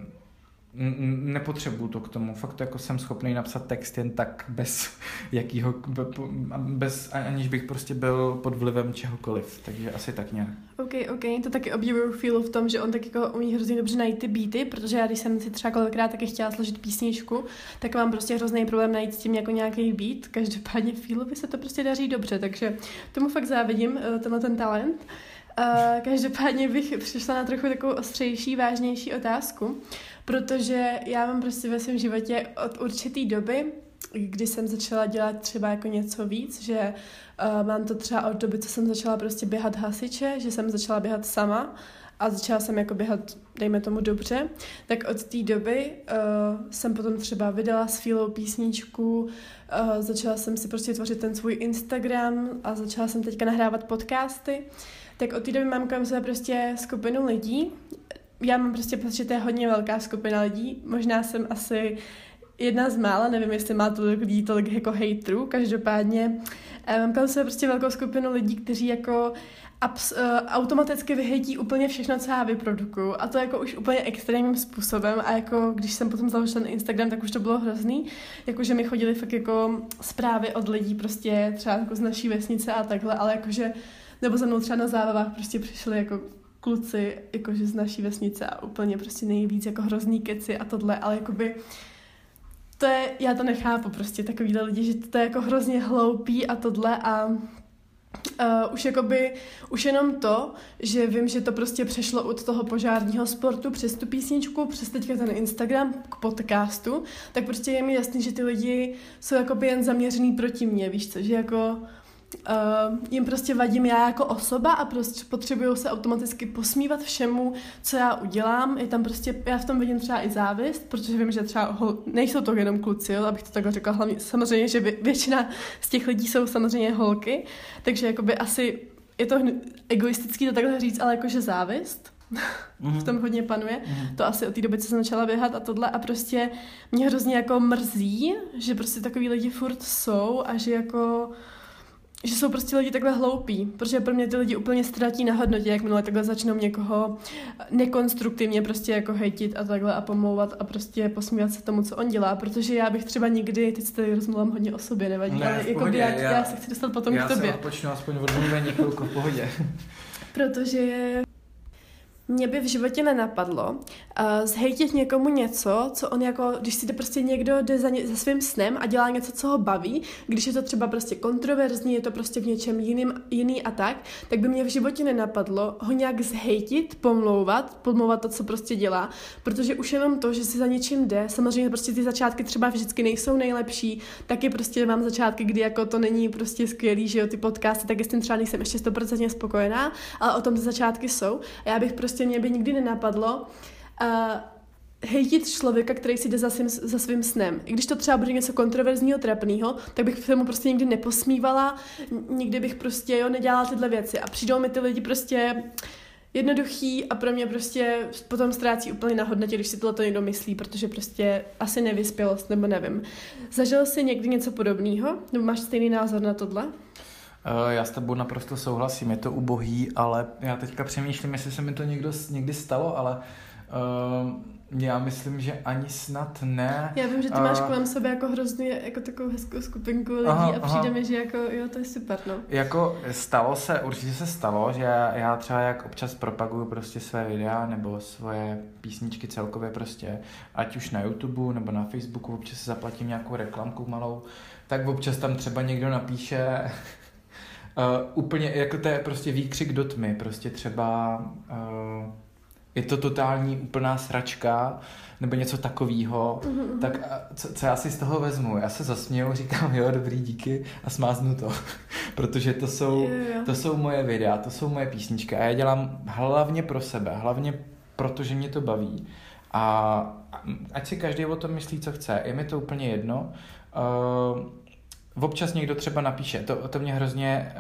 nepotřebuju to k tomu. Fakt jako jsem schopný napsat text jen tak bez jakýho, bez, aniž bych prostě byl pod vlivem čehokoliv. Takže asi tak nějak. OK, OK. To taky obdivuju Philu v tom, že on tak jako umí hrozně dobře najít ty beaty, protože já když jsem si třeba kolikrát taky chtěla složit písničku, tak mám prostě hrozný problém najít s tím jako nějaký beat. Každopádně Philovi se to prostě daří dobře, takže tomu fakt závidím, tenhle ten talent. Uh, každopádně bych přišla na trochu takovou ostřejší, vážnější otázku, protože já mám prostě ve svém životě od určitý doby, kdy jsem začala dělat třeba jako něco víc, že uh, mám to třeba od doby, co jsem začala prostě běhat hasiče, že jsem začala běhat sama a začala jsem jako běhat, dejme tomu dobře, tak od té doby uh, jsem potom třeba vydala s Philou písničku, uh, začala jsem si prostě tvořit ten svůj Instagram a začala jsem teďka nahrávat podcasty. Tak od té doby mám kolem sebe prostě skupinu lidí. Já mám prostě pocit, že to je hodně velká skupina lidí. Možná jsem asi jedna z mála, nevím, jestli má tolik lidí, tolik jako hejtrů. Každopádně mám kolem sebe prostě velkou skupinu lidí, kteří jako abs, uh, automaticky vyhejtí úplně všechno, co já vyprodukuju. A to jako už úplně extrémním způsobem. A jako když jsem potom založila na Instagram, tak už to bylo hrozný. Jakože mi chodily fakt jako zprávy od lidí prostě třeba jako z naší vesnice a takhle, ale jakože, nebo za mnou třeba na zábavách prostě přišli jako kluci jakože z naší vesnice a úplně prostě nejvíc jako hrozný keci a tohle, ale jakoby to je, já to nechápu prostě takovýhle lidi, že to je jako hrozně hloupý a tohle a Uh, už jakoby, už jenom to, že vím, že to prostě přešlo od toho požárního sportu přes tu písničku, přes teďka ten Instagram k podcastu, tak prostě je mi jasný, že ty lidi jsou jakoby jen zaměřený proti mně, víš co, že jako Uh, jim prostě vadím já jako osoba a prostě potřebují se automaticky posmívat všemu, co já udělám. Je tam prostě, já v tom vidím třeba i závist, protože vím, že třeba hol, nejsou to jenom kluci, jo, abych to takhle řekla, hlavně samozřejmě, že většina z těch lidí jsou samozřejmě holky, takže jakoby asi je to egoistický to takhle říct, ale jakože závist mm-hmm. v tom hodně panuje. Mm-hmm. To asi od té doby, co jsem začala běhat a tohle a prostě mě hrozně jako mrzí, že prostě takový lidi furt jsou a že jako že jsou prostě lidi takhle hloupí, protože pro mě ty lidi úplně ztratí na hodnotě, jakmile takhle začnou někoho nekonstruktivně prostě jako hejtit a takhle a pomlouvat a prostě posmívat se tomu, co on dělá, protože já bych třeba nikdy, teď se tady rozmluvám hodně o sobě, nevadí, ne, ale jako já, já, já se chci dostat potom já k tobě. Já se odpočnu aspoň odmluvení chvilku v pohodě. Protože mě by v životě nenapadlo uh, zhejtit někomu něco, co on jako, když si jde prostě někdo jde za, ně, za svým snem a dělá něco, co ho baví, když je to třeba prostě kontroverzní, je to prostě v něčem jiným, jiný a tak, tak by mě v životě nenapadlo ho nějak zhejtit, pomlouvat, pomlouvat to, co prostě dělá, protože už jenom to, že si za něčím jde, samozřejmě prostě ty začátky třeba vždycky nejsou nejlepší, taky prostě mám začátky, kdy jako to není prostě skvělý, že jo, ty podcasty, tak s tím třeba nejsem ještě sto procent spokojená, ale o tom ty začátky jsou a já bych prostě mě by nikdy nenapadlo uh, hejtit člověka, který si jde za svým, za svým snem. I když to třeba bude něco kontroverzního, trapného, tak bych se mu prostě nikdy neposmívala, nikdy bych prostě jo, nedělala tyhle věci. A přijdou mi ty lidi prostě jednoduchý a pro mě prostě potom ztrácí úplně na hodnotě, když si tohle to někdo myslí, protože prostě asi nevyspělost, nebo nevím. Zažil jsi někdy něco podobného? Nebo máš stejný názor na tohle? Já s tebou naprosto souhlasím, je to ubohý, ale já teďka přemýšlím, jestli se mi to někdo, někdy stalo, ale uh, já myslím, že ani snad ne. Já vím, že ty máš uh, kolem sebe jako hrozně jako takovou hezkou skupinku lidí aha, a přijde aha. mi, že jako jo, to je super, no. Jako stalo se, určitě se stalo, že já, já třeba jak občas propaguju prostě své videa nebo svoje písničky celkově prostě, ať už na YouTube nebo na Facebooku, občas si zaplatím nějakou reklamku malou, tak občas tam třeba někdo napíše Uh, úplně, jako to je prostě výkřik do tmy, prostě třeba uh, je to totální úplná sračka, nebo něco takového, mm-hmm. tak uh, co, co já si z toho vezmu? Já se zasměju, říkám jo, dobrý, díky a smáznu to, protože to jsou, to jsou moje videa, to jsou moje písničky a já dělám hlavně pro sebe, hlavně proto, že mě to baví a ať si každý o tom myslí, co chce, je mi to úplně jedno. Uh, Občas někdo třeba napíše, to, to mě hrozně,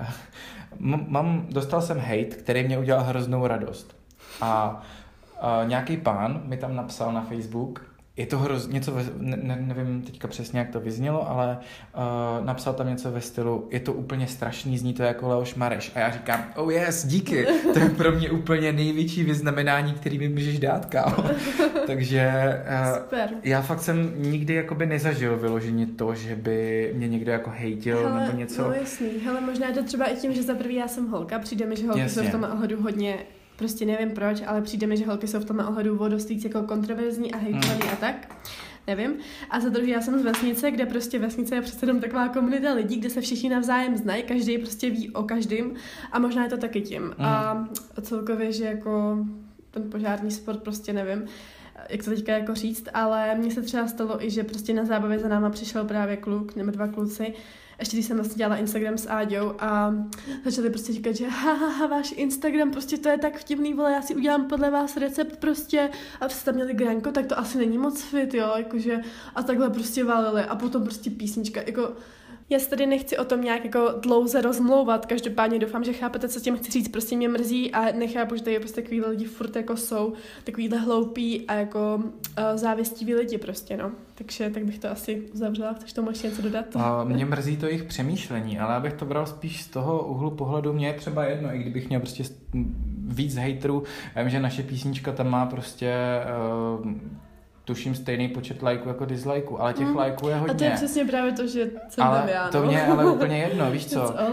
mám, dostal jsem hejt, který mě udělal hroznou radost. A, a nějaký pán mi tam napsal na Facebook, je to hrozně, něco, ve, ne, nevím teďka přesně, jak to vyznělo, ale uh, napsal tam něco ve stylu, je to úplně strašný, zní to jako Leoš Mareš. A já říkám, oh yes, díky, to je pro mě úplně největší vyznamenání, který mi můžeš dát, kámo. Takže uh, já fakt jsem nikdy jakoby nezažil vyložení to, že by mě někdo jako hejtil hele, nebo něco. No jasný, hele, možná je to třeba i tím, že za prvý já jsem holka, přijde mi, že holky jsou v tom ohledu hodně, prostě nevím proč, ale přijde mi, že holky jsou v tom ohledu o dost víc jako kontroverzní a hejtovaný mm. a tak. Nevím. A za druhý, já jsem z vesnice, kde prostě vesnice je přece jenom taková komunita lidí, kde se všichni navzájem znají, každý prostě ví o každém a možná je to taky tím. Mm. A celkově, že jako ten požární sport prostě nevím, jak to teďka jako říct, ale mně se třeba stalo i, že prostě na zábavě za náma přišel právě kluk, nebo dva kluci, ještě když jsem vlastně dělala Instagram s Áďou a začali prostě říkat, že ha, ha, ha, váš Instagram, prostě to je tak vtipný, vole, já si udělám podle vás recept prostě a jste tam měli granko, tak to asi není moc fit, jo, jakože a takhle prostě válili a potom prostě písnička, jako Já se tady nechci o tom nějak jako dlouze rozmlouvat, každopádně doufám, že chápete, co tím chci říct, prostě mě mrzí a nechápu, že tady prostě takovýhle lidi furt jako jsou, takovýhle hloupí a jako uh, závistiví lidi prostě, no. Takže tak bych to asi uzavřela, chceš tomu ještě něco dodat? A mě mrzí to jejich přemýšlení, ale já bych to bral spíš z toho úhlu pohledu, mě je třeba jedno, i kdybych měl prostě víc hejterů, já vím, že naše písnička tam má prostě... Uh, tuším stejný počet lajků jako dislajků, ale těch mm. lajků je hodně. A to je přesně právě to, že jsem ale tam já, no. To mě ale úplně jedno, víš co? uh,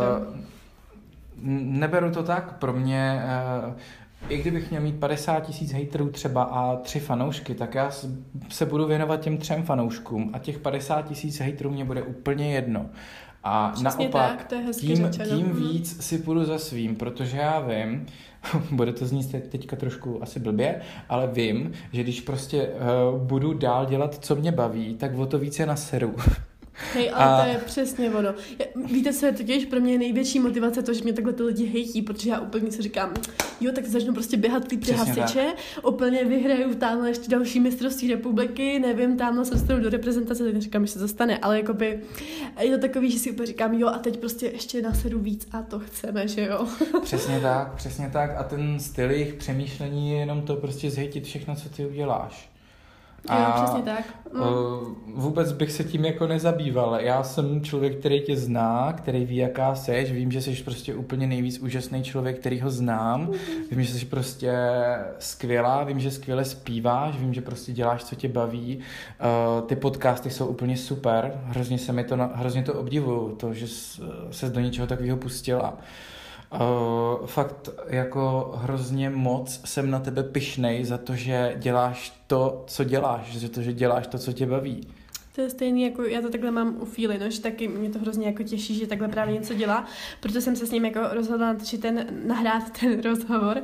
neberu to tak, pro mě, uh, i kdybych měl mít padesát tisíc hejterů třeba a tři fanoušky, tak já se budu věnovat těm třem fanouškům a těch padesát tisíc hejterů mě bude úplně jedno. A přesně naopak, tak, tím, tím víc si půjdu za svým, protože já vím, bude to znít teďka trošku asi blbě, ale vím, že když prostě uh, budu dál dělat, co mě baví, tak o to více naseru. Hej, ale a... to je přesně ono. Víte, co je totiž pro mě největší motivace, to, že mě takhle ty lidi hejtí, protože já úplně si říkám, jo, tak začnu prostě běhat ty hasiče, úplně vyhraju tamhle ještě další mistrovství republiky, nevím, tamhle se dostanu do reprezentace, tak neříkám, že se to stane, ale jakoby je to takový, že si úplně říkám, jo, a teď prostě ještě nasedu víc a to chceme, že jo. Přesně tak, přesně tak a ten styl jejich přemýšlení je jenom to prostě zhejtit všechno, co ty uděláš. A jo, přesně tak. Mm. Vůbec bych se tím jako nezabýval. Já jsem člověk, který tě zná, který ví, jaká seš. Vím, že jsi prostě úplně nejvíc úžasný člověk, který ho znám. Mm. Vím, že jsi prostě skvělá, vím, že skvěle zpíváš, vím, že prostě děláš, co tě baví. Ty podcasty jsou úplně super. Hrozně se mi to, hrozně to obdivuju, to, že ses do něčeho takového pustila. Uh, fakt jako hrozně moc jsem na tebe pyšnej za to, že děláš to, co děláš, za to, že děláš to, co tě baví. To je stejný, jako já to takhle mám u Fíly, no, že taky mě to hrozně jako těší, že takhle právě něco dělá, proto jsem se s ním jako rozhodla natočit ten, nahrát ten rozhovor.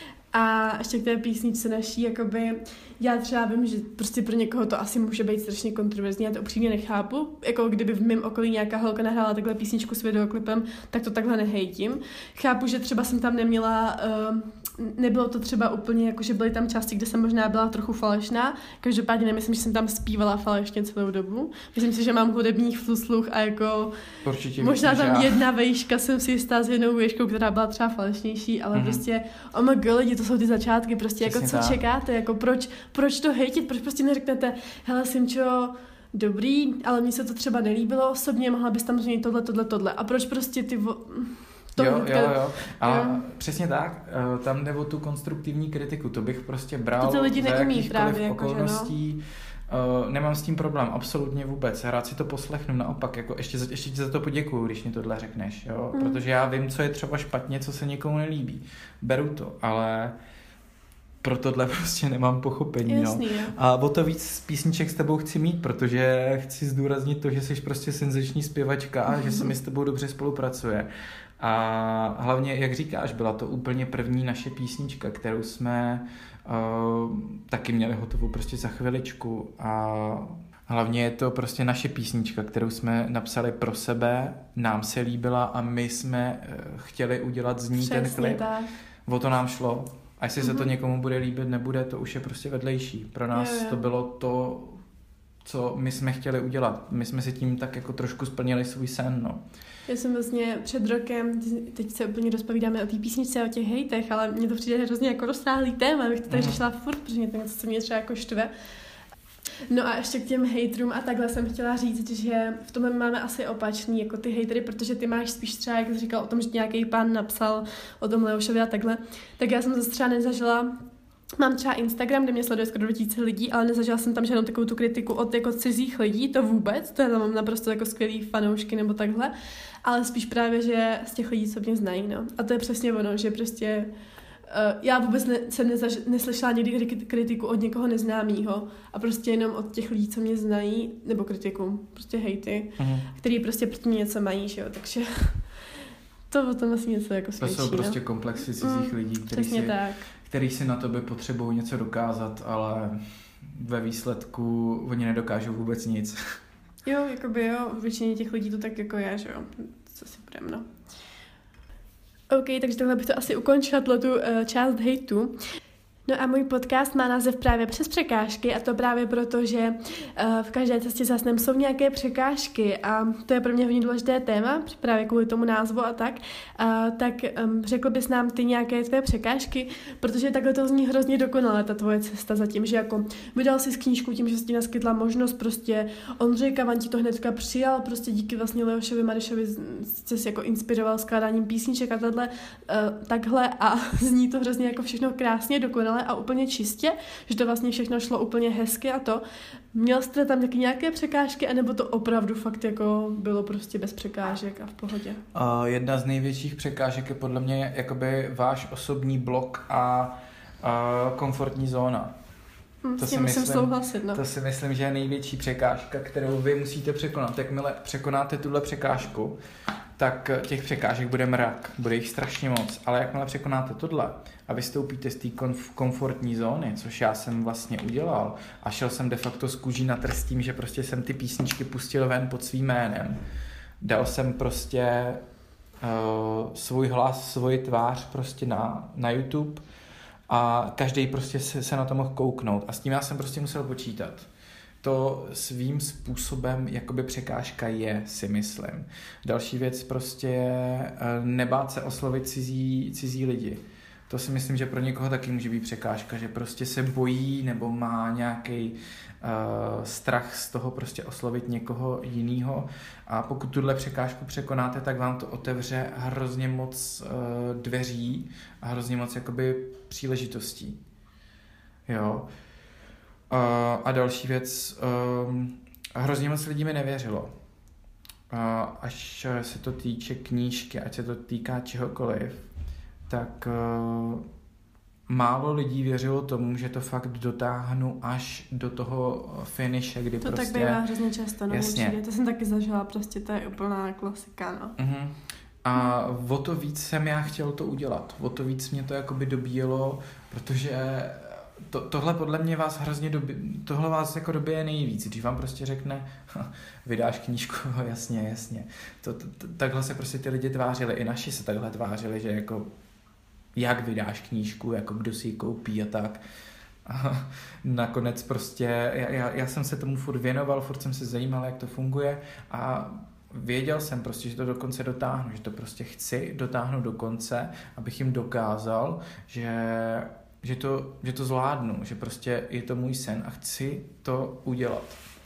A ještě k té písničce naší, jakoby, já třeba vím, že prostě pro někoho to asi může být strašně kontroverzní, já to upřímně nechápu, jako kdyby v mém okolí nějaká holka nahrála takhle písničku s videoklipem, tak to takhle nehejtím. Chápu, že třeba jsem tam neměla, uh, nebylo to třeba úplně, jako že byly tam části, kde jsem možná byla trochu falešná, každopádně nemyslím, že jsem tam zpívala falešně celou dobu. Myslím si, že mám hudební sluch a jako určitě možná myslím, tam já... jedna vejška jsem si jistá s jednou vejškou, která byla třeba falešnější, ale mm-hmm. prostě oh my god, lidi, to jsou ty začátky, prostě přesně jako co tak. Čekáte, jako proč, proč to hejtit, proč prostě neřeknete, hele Simčo, dobrý, ale mně se to třeba nelíbilo osobně, mohla bys tam změnit tohle, tohle, tohle a proč prostě ty vo... To jo, hnedka... jo, jo, ale jo. Přesně tak, tam jde o tu konstruktivní kritiku, to bych prostě bral to ty lidi za neumí jakýchkoliv právě, okolností. Jako, Uh, nemám s tím problém, absolutně vůbec. Rád si to poslechnu, naopak, jako ještě, ještě ti za to poděkuju, když mi tohle řekneš, jo? Mm. Protože já vím, co je třeba špatně, co se někomu nelíbí. Beru to, ale pro tohle prostě nemám pochopení. Jasný, no. A o to víc písniček s tebou chci mít, protože chci zdůraznit to, že jsi prostě senzační zpěvačka a že se mi s tebou dobře spolupracuje. A hlavně, jak říkáš, byla to úplně první naše písnička, kterou jsme uh, taky měli hotovou prostě za chviličku a hlavně je to prostě naše písnička, kterou jsme napsali pro sebe, nám se líbila a my jsme uh, chtěli udělat z ní přesně ten klip. Tak. O to nám šlo. A jestli mm-hmm. se to někomu bude líbit, nebude, to už je prostě vedlejší. Pro nás jo, jo. to bylo to, co my jsme chtěli udělat. My jsme si tím tak jako trošku splnili svůj sen, no. Já jsem vlastně před rokem, teď se úplně rozpovídáme o té písničce, o těch hejtech, ale mně to přijde hrozně jako rozsáhlý téma, abych to tak mm. řešila furt, protože mě to něco, co mě třeba jako štve. No a ještě k těm hejtrům a takhle jsem chtěla říct, že v tom máme asi opačný, jako ty hejtery, protože ty máš spíš třeba, jak jsi říkal o tom, že nějaký pán napsal o tom Leošovi a takhle, tak já jsem zase třeba nezažila. Mám třeba Instagram, kde mě sleduje skoro dva tisíce lidí, ale nezažila jsem tam žádnou takovou tu kritiku od jako cizích lidí, to vůbec, to je tam mám naprosto jako skvělý fanoušky nebo takhle, ale spíš právě, že z těch lidí, co mě znají, no. A to je přesně ono, že prostě uh, já vůbec ne, jsem nezaž, neslyšela někdy kritiku od někoho neznámého a prostě jenom od těch lidí, co mě znají, nebo kritiku, prostě hejty, mm. který prostě proti mě něco mají, že jo, takže to o tom asi něco jako svědčí, to jsou prostě no. komplexy cizích mm, lidí, který si, tak. který si na tobě potřebují něco dokázat, ale ve výsledku oni nedokážou vůbec nic. Jo, jakoby jo, většině těch lidí to tak jako je, že jo, co si budem, no. OK, takže tohle bych to asi ukončila, tuhle tu uh, část hejtu. No a můj podcast má název právě Přes překážky a to právě proto, že uh, v každé cestě za snem jsou nějaké překážky a to je pro mě hodně důležité téma, právě kvůli tomu názvu a tak. Uh, tak um, řekl bys nám ty nějaké tvé překážky, protože takhle to zní hrozně dokonale, ta tvoje cesta zatím, že jako vydal jsi z knížku tím, že jsi ti naskytla možnost, prostě Ondřej Kavan ti to hnedka přijal, prostě díky vlastně Leošovi Marišovi jsi se jako inspiroval skládáním písniček a tato, uh, takhle a zní to hrozně jako všechno krásně, dokonale a úplně čistě, že to vlastně všechno šlo úplně hezky a to. Měl jste tam taky nějaké překážky, anebo to opravdu fakt jako bylo prostě bez překážek a v pohodě? Uh, jedna z největších překážek je podle mě jakoby váš osobní blok a uh, komfortní zóna. Hmm, to s tím musím souhlasit, no. To si myslím, že je největší překážka, kterou vy musíte překonat. Jakmile překonáte tuhle překážku, tak těch překážek bude mrak, bude jich strašně moc, ale jakmile překonáte tohle a vystoupíte z té konf- komfortní zóny, což já jsem vlastně udělal a šel jsem de facto z kůží na trst tím, že prostě jsem ty písničky pustil ven pod svým jménem. Dal jsem prostě uh, svůj hlas, svoji tvář prostě na, na YouTube a každý prostě se, se na to mohl kouknout a s tím já jsem prostě musel počítat. To svým způsobem jakoby překážka je, si myslím. Další věc prostě je nebát se oslovit cizí, cizí lidi. To si myslím, že pro někoho taky může být překážka, že prostě se bojí nebo má nějaký uh, strach z toho prostě oslovit někoho jinýho a pokud tuhle překážku překonáte, tak vám to otevře hrozně moc uh, dveří a hrozně moc jakoby příležitostí. Jo. Uh, a další věc, um, hrozně moc lidí mi nevěřilo. Uh, až se to týče knížky, ať se to týká čehokoliv, tak uh, málo lidí věřilo tomu, že to fakt dotáhnu až do toho finiše, kdy to prostě... To tak bývá hrozně často, no jasně. Určitě. To jsem taky zažila, prostě to je úplná klasika, no. Uh-huh. A hmm. o to víc jsem já chtěl to udělat. O to víc mě to jakoby dobíjelo, protože... To, tohle podle mě vás hrozně dobí, tohle vás jako dobije nejvíc, když vám prostě řekne, vydáš knížku, jasně, jasně. To, to, to, takhle se prostě ty lidi tvářili, i naši se takhle tvářili, že jako jak vydáš knížku, jako kdo si ji koupí a tak. A nakonec prostě, já, já, já jsem se tomu furt věnoval, furt jsem se zajímal, jak to funguje a věděl jsem prostě, že to dokonce dotáhnu, že to prostě chci dotáhnout do konce, abych jim dokázal, že Že to, že to zvládnu, že prostě je to můj sen a chci to udělat.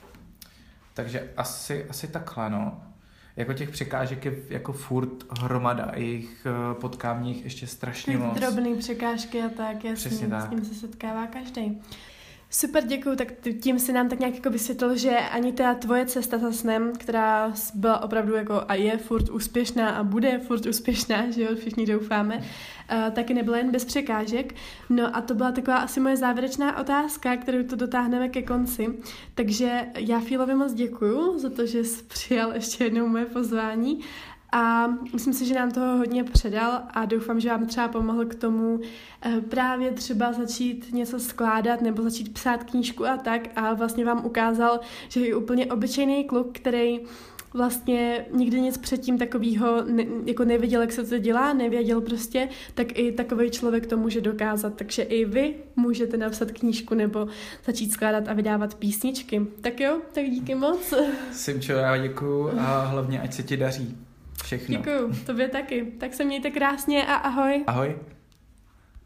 Takže asi, asi takhle, no. Jako těch překážek je jako furt hromada, jich potkám nich ještě strašně moc. Drobný překážky a tak, jasně, přesně tak. S tím se setkává každý. Super, děkuju, tak tím si nám tak nějak jako vysvětlil, že ani ta tvoje cesta za snem, která byla opravdu jako a je furt úspěšná a bude furt úspěšná, že jo, všichni doufáme, uh, taky nebyla jen bez překážek. No a to byla taková asi moje závěrečná otázka, kterou to dotáhneme ke konci. Takže já Fílovi moc děkuju za to, že jsi přijal ještě jednou moje pozvání. A myslím si, že nám toho hodně předal a doufám, že vám třeba pomohl k tomu právě třeba začít něco skládat nebo začít psát knížku a tak a vlastně vám ukázal, že je úplně obyčejný kluk, který vlastně nikdy nic předtím takového ne, jako nevěděl, jak se to dělá, nevěděl prostě, tak i takový člověk to může dokázat. Takže i vy můžete napsat knížku nebo začít skládat a vydávat písničky. Tak jo, tak díky moc. Simčo, já děkuju a hlavně ať se ti daří. Všechno. Děkuju, tobě taky. Tak se mějte krásně a ahoj. Ahoj.